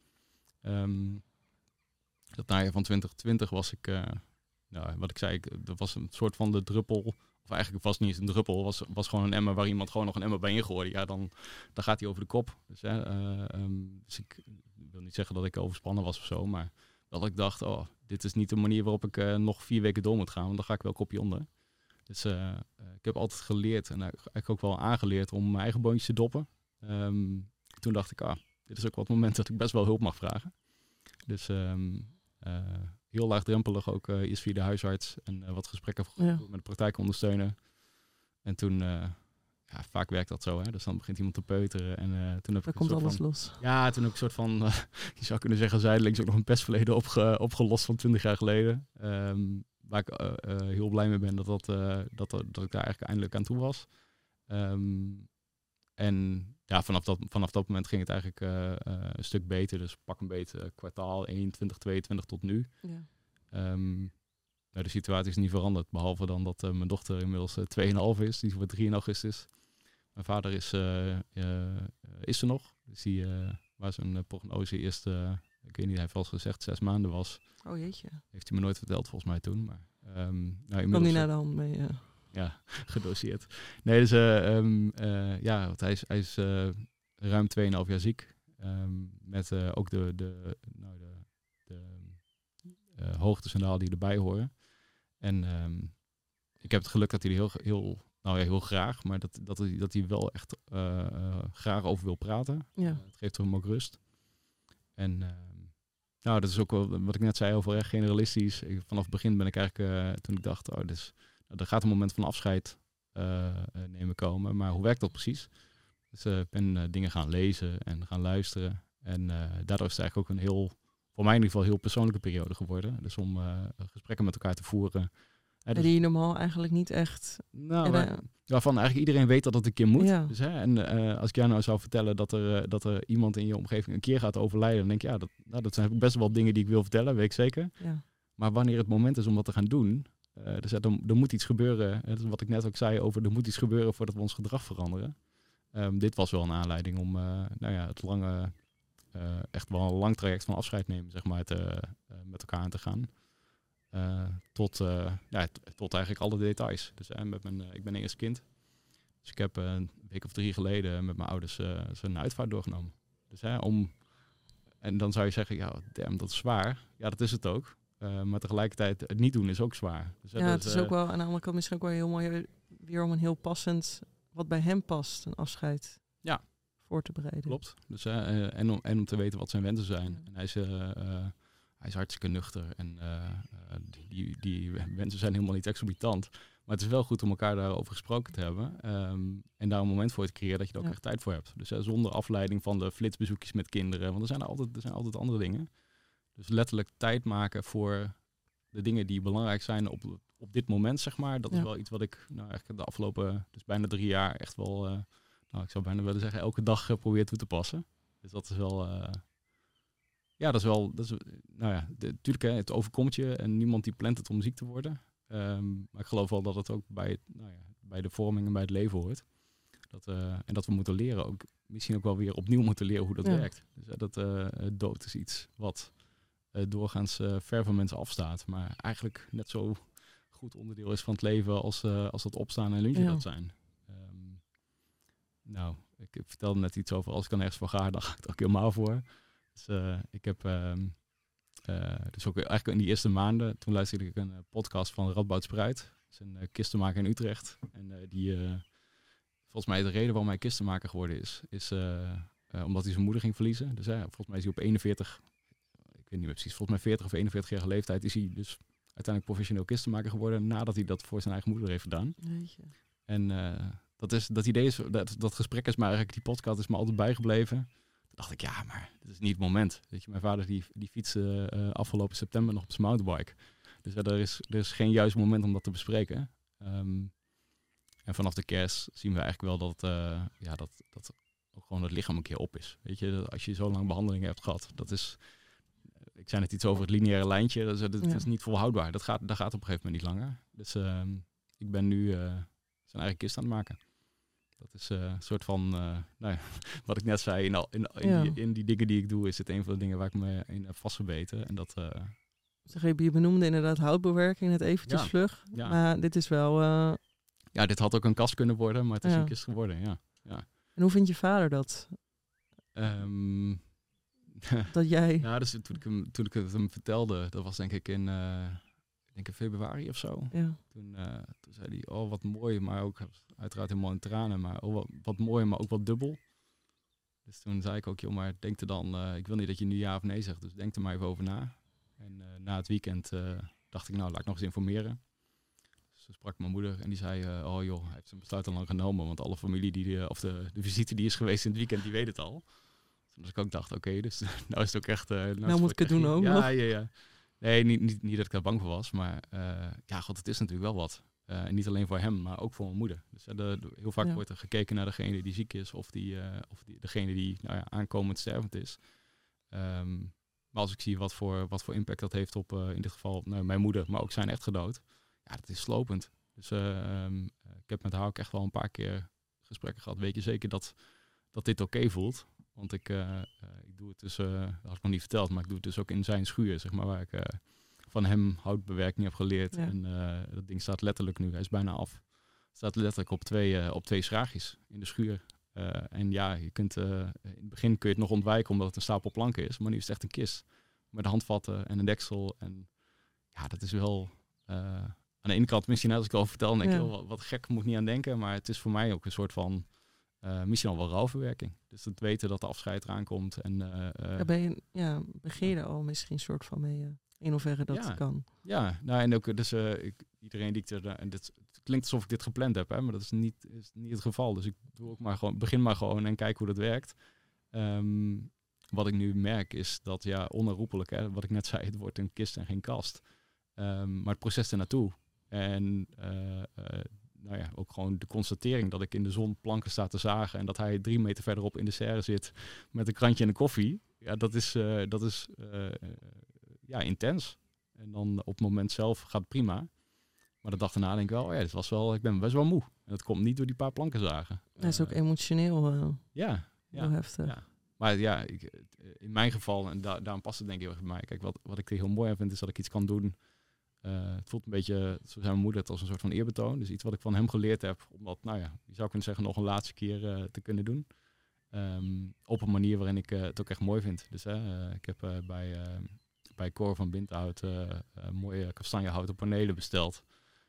Dat najaar van 2020 was ik... wat ik zei, dat was een soort van de druppel... Of eigenlijk was het niet eens een druppel. Was gewoon een emmer waar iemand gewoon nog een emmer bij ingooide. Ja, dan gaat hij over de kop. Dus ik wil niet zeggen dat ik overspannen was of zo. Maar dat ik dacht, dit is niet de manier waarop ik nog 4 weken door moet gaan. Want dan ga ik wel kopje onder. Dus ik heb altijd geleerd en eigenlijk ook wel aangeleerd om mijn eigen boontjes te doppen. Toen dacht ik, dit is ook wat moment dat ik best wel hulp mag vragen. Dus heel laagdrempelig ook eerst via de huisarts en wat gesprekken met de praktijkondersteuner. En toen, vaak werkt dat zo, hè? Dus dan begint iemand te peuteren. En toen heb dan komt alles los. Ja, toen heb ik een soort van, je zou kunnen zeggen, zijdelings ook nog een pestverleden opgelost van 20 jaar geleden. Waar ik heel blij mee ben dat ik daar eigenlijk eindelijk aan toe was. En ja, vanaf dat moment ging het eigenlijk een stuk beter. Dus pak een beetje kwartaal 1, 2022 tot nu. Ja. De situatie is niet veranderd. Behalve dan dat mijn dochter inmiddels 2,5 is. Die wordt 3 in augustus. Mijn vader is er nog. Dus die waar zijn prognose eerst, ik weet niet, hij heeft wel eens gezegd 6 maanden was. Oh jeetje. Heeft hij me nooit verteld volgens mij toen. Maar, kan niet naar de hand mee. Ja, gedoseerd. Nee, dus want hij is ruim 2,5 jaar ziek. Met ook de hoogtes en dalen die erbij horen. En ik heb het geluk dat hij er heel graag, maar dat hij wel echt graag over wil praten. Ja. Het geeft hem ook rust. En dat is ook wel wat ik net zei over generalistisch. Vanaf het begin ben ik eigenlijk, toen ik dacht, er gaat een moment van afscheid nemen komen. Maar hoe werkt dat precies? Dus ik ben dingen gaan lezen en gaan luisteren. En daardoor is het eigenlijk ook voor mij in ieder geval, heel persoonlijke periode geworden. Dus om gesprekken met elkaar te voeren. Dus, die je normaal eigenlijk niet echt... Waarvan eigenlijk iedereen weet dat het een keer moet. Ja. Dus, als ik jou nou zou vertellen dat er iemand in je omgeving een keer gaat overlijden, dan denk je, dat zijn best wel dingen die ik wil vertellen, weet ik zeker. Ja. Maar wanneer het moment is om dat te gaan doen, er moet iets gebeuren. Dat is wat ik net ook zei over, er moet iets gebeuren voordat we ons gedrag veranderen. Dit was wel een aanleiding om het lange, echt wel een lang traject van afscheid nemen, zeg maar, met elkaar aan te gaan. Tot eigenlijk alle details. Dus ik ben eerst kind. Dus ik heb een week of 3 geleden met mijn ouders een uitvaart doorgenomen. Dus en dan zou je zeggen, ja, damn, dat is zwaar. Ja, dat is het ook. Maar tegelijkertijd, het niet doen is ook zwaar. Dus, het is ook wel aan de andere kant misschien ook wel heel mooi, weer om een heel passend, wat bij hem past, een afscheid voor te bereiden. Klopt. Dus, en om te weten wat zijn wensen zijn. En hij is hartstikke nuchter en die wensen zijn helemaal niet exorbitant. Maar het is wel goed om elkaar daarover gesproken te hebben. En daar een moment voor te creëren dat je er ook echt tijd voor hebt. Dus zonder afleiding van de flitsbezoekjes met kinderen. Want er zijn altijd andere dingen. Dus letterlijk tijd maken voor de dingen die belangrijk zijn op dit moment, zeg maar. Dat is wel iets wat ik eigenlijk de afgelopen bijna 3 jaar echt wel... ik zou bijna willen zeggen, elke dag probeer toe te passen. Dus dat is wel... natuurlijk, het overkomt je en niemand die plant het om ziek te worden. Maar ik geloof wel dat het ook bij de vorming en bij het leven hoort. En dat we moeten leren, ook misschien ook wel weer opnieuw moeten leren hoe dat werkt. Dus dood is iets wat doorgaans ver van mensen afstaat. Maar eigenlijk net zo goed onderdeel is van het leven als dat opstaan en lunchen dat zijn. Ik vertelde net iets over, als ik dan ergens voor ga, dan ga ik er ook helemaal voor. Dus ik heb dus ook eigenlijk in die eerste maanden, toen luisterde ik een podcast van Radboud Spruit. Dat is een kistenmaker in Utrecht. En die, volgens mij de reden waarom hij kistenmaker geworden is omdat hij zijn moeder ging verliezen. Dus volgens mij is hij op 41, ik weet niet meer precies, volgens mij 40 of 41-jarige leeftijd is hij dus uiteindelijk professioneel kistenmaker geworden nadat hij dat voor zijn eigen moeder heeft gedaan. Jeetje. En dat idee is, dat gesprek is me eigenlijk, die podcast is me altijd bijgebleven. Toen dacht ik, ja, maar dit is niet het moment. Weet je, mijn vader die fietste afgelopen september nog op zijn mountainbike. Dus er is geen juist moment om dat te bespreken. En vanaf de kerst zien we eigenlijk wel dat ook gewoon het lichaam een keer op is. Weet je, als je zo lang behandelingen hebt gehad, dat is... Ik zei net iets over het lineaire lijntje. Dat is niet volhoudbaar. Dat gaat op een gegeven moment niet langer. Dus ik ben nu zijn eigen kist aan het maken. Dat is een soort van, wat ik net zei, in die dingen die ik doe, is het een van de dingen waar ik me in heb vastgebeten. En dat... Je benoemde inderdaad houtbewerking, net eventjes vlug. Ja. Maar dit is wel... Ja, dit had ook een kast kunnen worden, maar het is een kist geworden, ja. En hoe vindt je vader dat? Dat jij... Ja, dus toen ik het hem vertelde, dat was denk ik in februari of zo. Ja. Toen zei hij, oh wat mooi, maar ook uiteraard helemaal in tranen, maar oh, wat mooi, maar ook wat dubbel. Dus toen zei ik ook, joh, maar denk er dan, ik wil niet dat je nu ja of nee zegt, dus denk er maar even over na. En na het weekend dacht ik, laat ik nog eens informeren. Dus toen sprak mijn moeder en die zei, oh joh, hij heeft zijn besluit al lang genomen, want alle familie de visite die is geweest in het weekend, die weet het al. Dus ik ook dacht, oké, dus nou is het ook echt... nou moet ik het doen ook nog. Ja. Nee, niet dat ik daar bang voor was, maar het is natuurlijk wel wat. En niet alleen voor hem, maar ook voor mijn moeder. Dus heel vaak wordt er gekeken naar degene die ziek is of degene die aankomend stervend is. Maar als ik zie wat voor impact dat heeft op in dit geval mijn moeder, maar ook zijn echtgenoot, ja, dat is slopend. Dus ik heb met haar ook echt wel een paar keer gesprekken gehad. Weet je zeker dat dit oké voelt? Want ik doe het dus, dat had ik nog niet verteld, maar ik doe het dus ook in zijn schuur, zeg maar, waar ik van hem houtbewerking heb geleerd. Ja. En dat ding staat letterlijk nu, hij is bijna af. staat letterlijk op twee schraagjes in de schuur. En ja, je kunt, in het begin kun je het nog ontwijken omdat het een stapel planken is. Maar nu is het echt een kist met handvatten en een deksel. En ja, dat is wel aan de ene kant, misschien als ik het al vertel, dan denk ik, wat gek, moet ik niet aan denken. Maar het is voor mij ook een soort van, misschien al wel rouwverwerking. Dus het weten dat de afscheid eraan komt. En, begin je er al misschien een soort van mee in hoeverre dat kan. Ja, nou en ook dus iedereen die ik er... En het klinkt alsof ik dit gepland heb, hè, maar dat is niet het geval. Dus ik doe ook maar gewoon, begin maar gewoon en kijk hoe dat werkt. Wat ik nu merk is dat, onherroepelijk, hè, wat ik net zei, het wordt een kist en geen kast. Maar het proces ernaartoe. En ook gewoon de constatering dat ik in de zon planken sta te zagen en dat hij 3 meter verderop in de serre zit met een krantje en een koffie. Ja, dat is intens. En dan op het moment zelf gaat het prima. Maar de dag daarna denk ik wel, ik ben best wel moe. En dat komt niet door die paar planken zagen. Dat is ook emotioneel heel heftig. Ja. Maar ja, in mijn geval, en daarom past het denk ik heel erg bij mij. Kijk, wat ik heel mooi vind, is dat ik iets kan doen. Het voelt een beetje, zo zei mijn moeder het, als een soort van eerbetoon. Dus iets wat ik van hem geleerd heb. Om dat, je zou kunnen zeggen, nog een laatste keer te kunnen doen. Op een manier waarin ik het ook echt mooi vind. Dus ik heb bij Cor van Bindhout mooie kastanjehouten panelen besteld.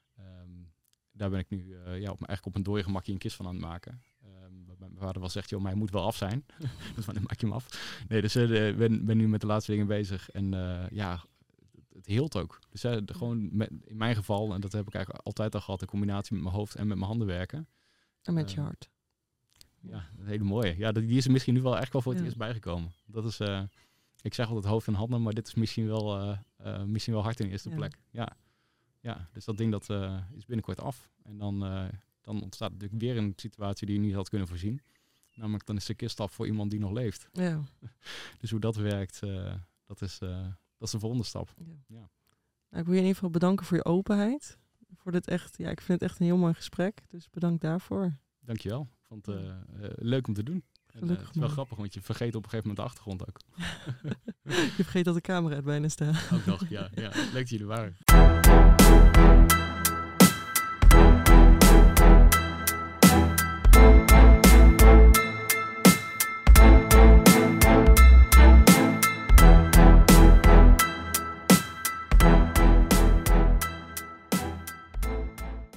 Daar ben ik nu eigenlijk op een dode gemakje een kist van aan het maken. Mijn vader wel zegt, joh, maar hij moet wel af zijn. Dus dan maak je hem af. Nee, dus ik ben nu met de laatste dingen bezig. En het heelt ook. Dus gewoon in mijn geval, en dat heb ik eigenlijk altijd al gehad, de combinatie met mijn hoofd en met mijn handen werken. En met je hart. Ja, een hele mooie. Ja, die is er misschien nu wel echt wel voor het eerst bijgekomen. Dat is, ik zeg altijd hoofd en handen, maar dit is misschien wel hart in de eerste plek. Ja, dus dat ding dat is binnenkort af. En dan ontstaat natuurlijk weer een situatie die je niet had kunnen voorzien. Namelijk dan is de kist af voor iemand die nog leeft. Ja. Dus hoe dat werkt, dat is de volgende stap. Ja. Nou, ik wil je in ieder geval bedanken voor je openheid. Voor dit echt, ik vind het echt een heel mooi gesprek. Dus bedankt daarvoor. Dankjewel. Ik vond het leuk om te doen. Het is wel grappig, want je vergeet op een gegeven moment de achtergrond ook. Je vergeet dat de camera er bijna staat. Ook nog, ja. Leuk dat jullie waren.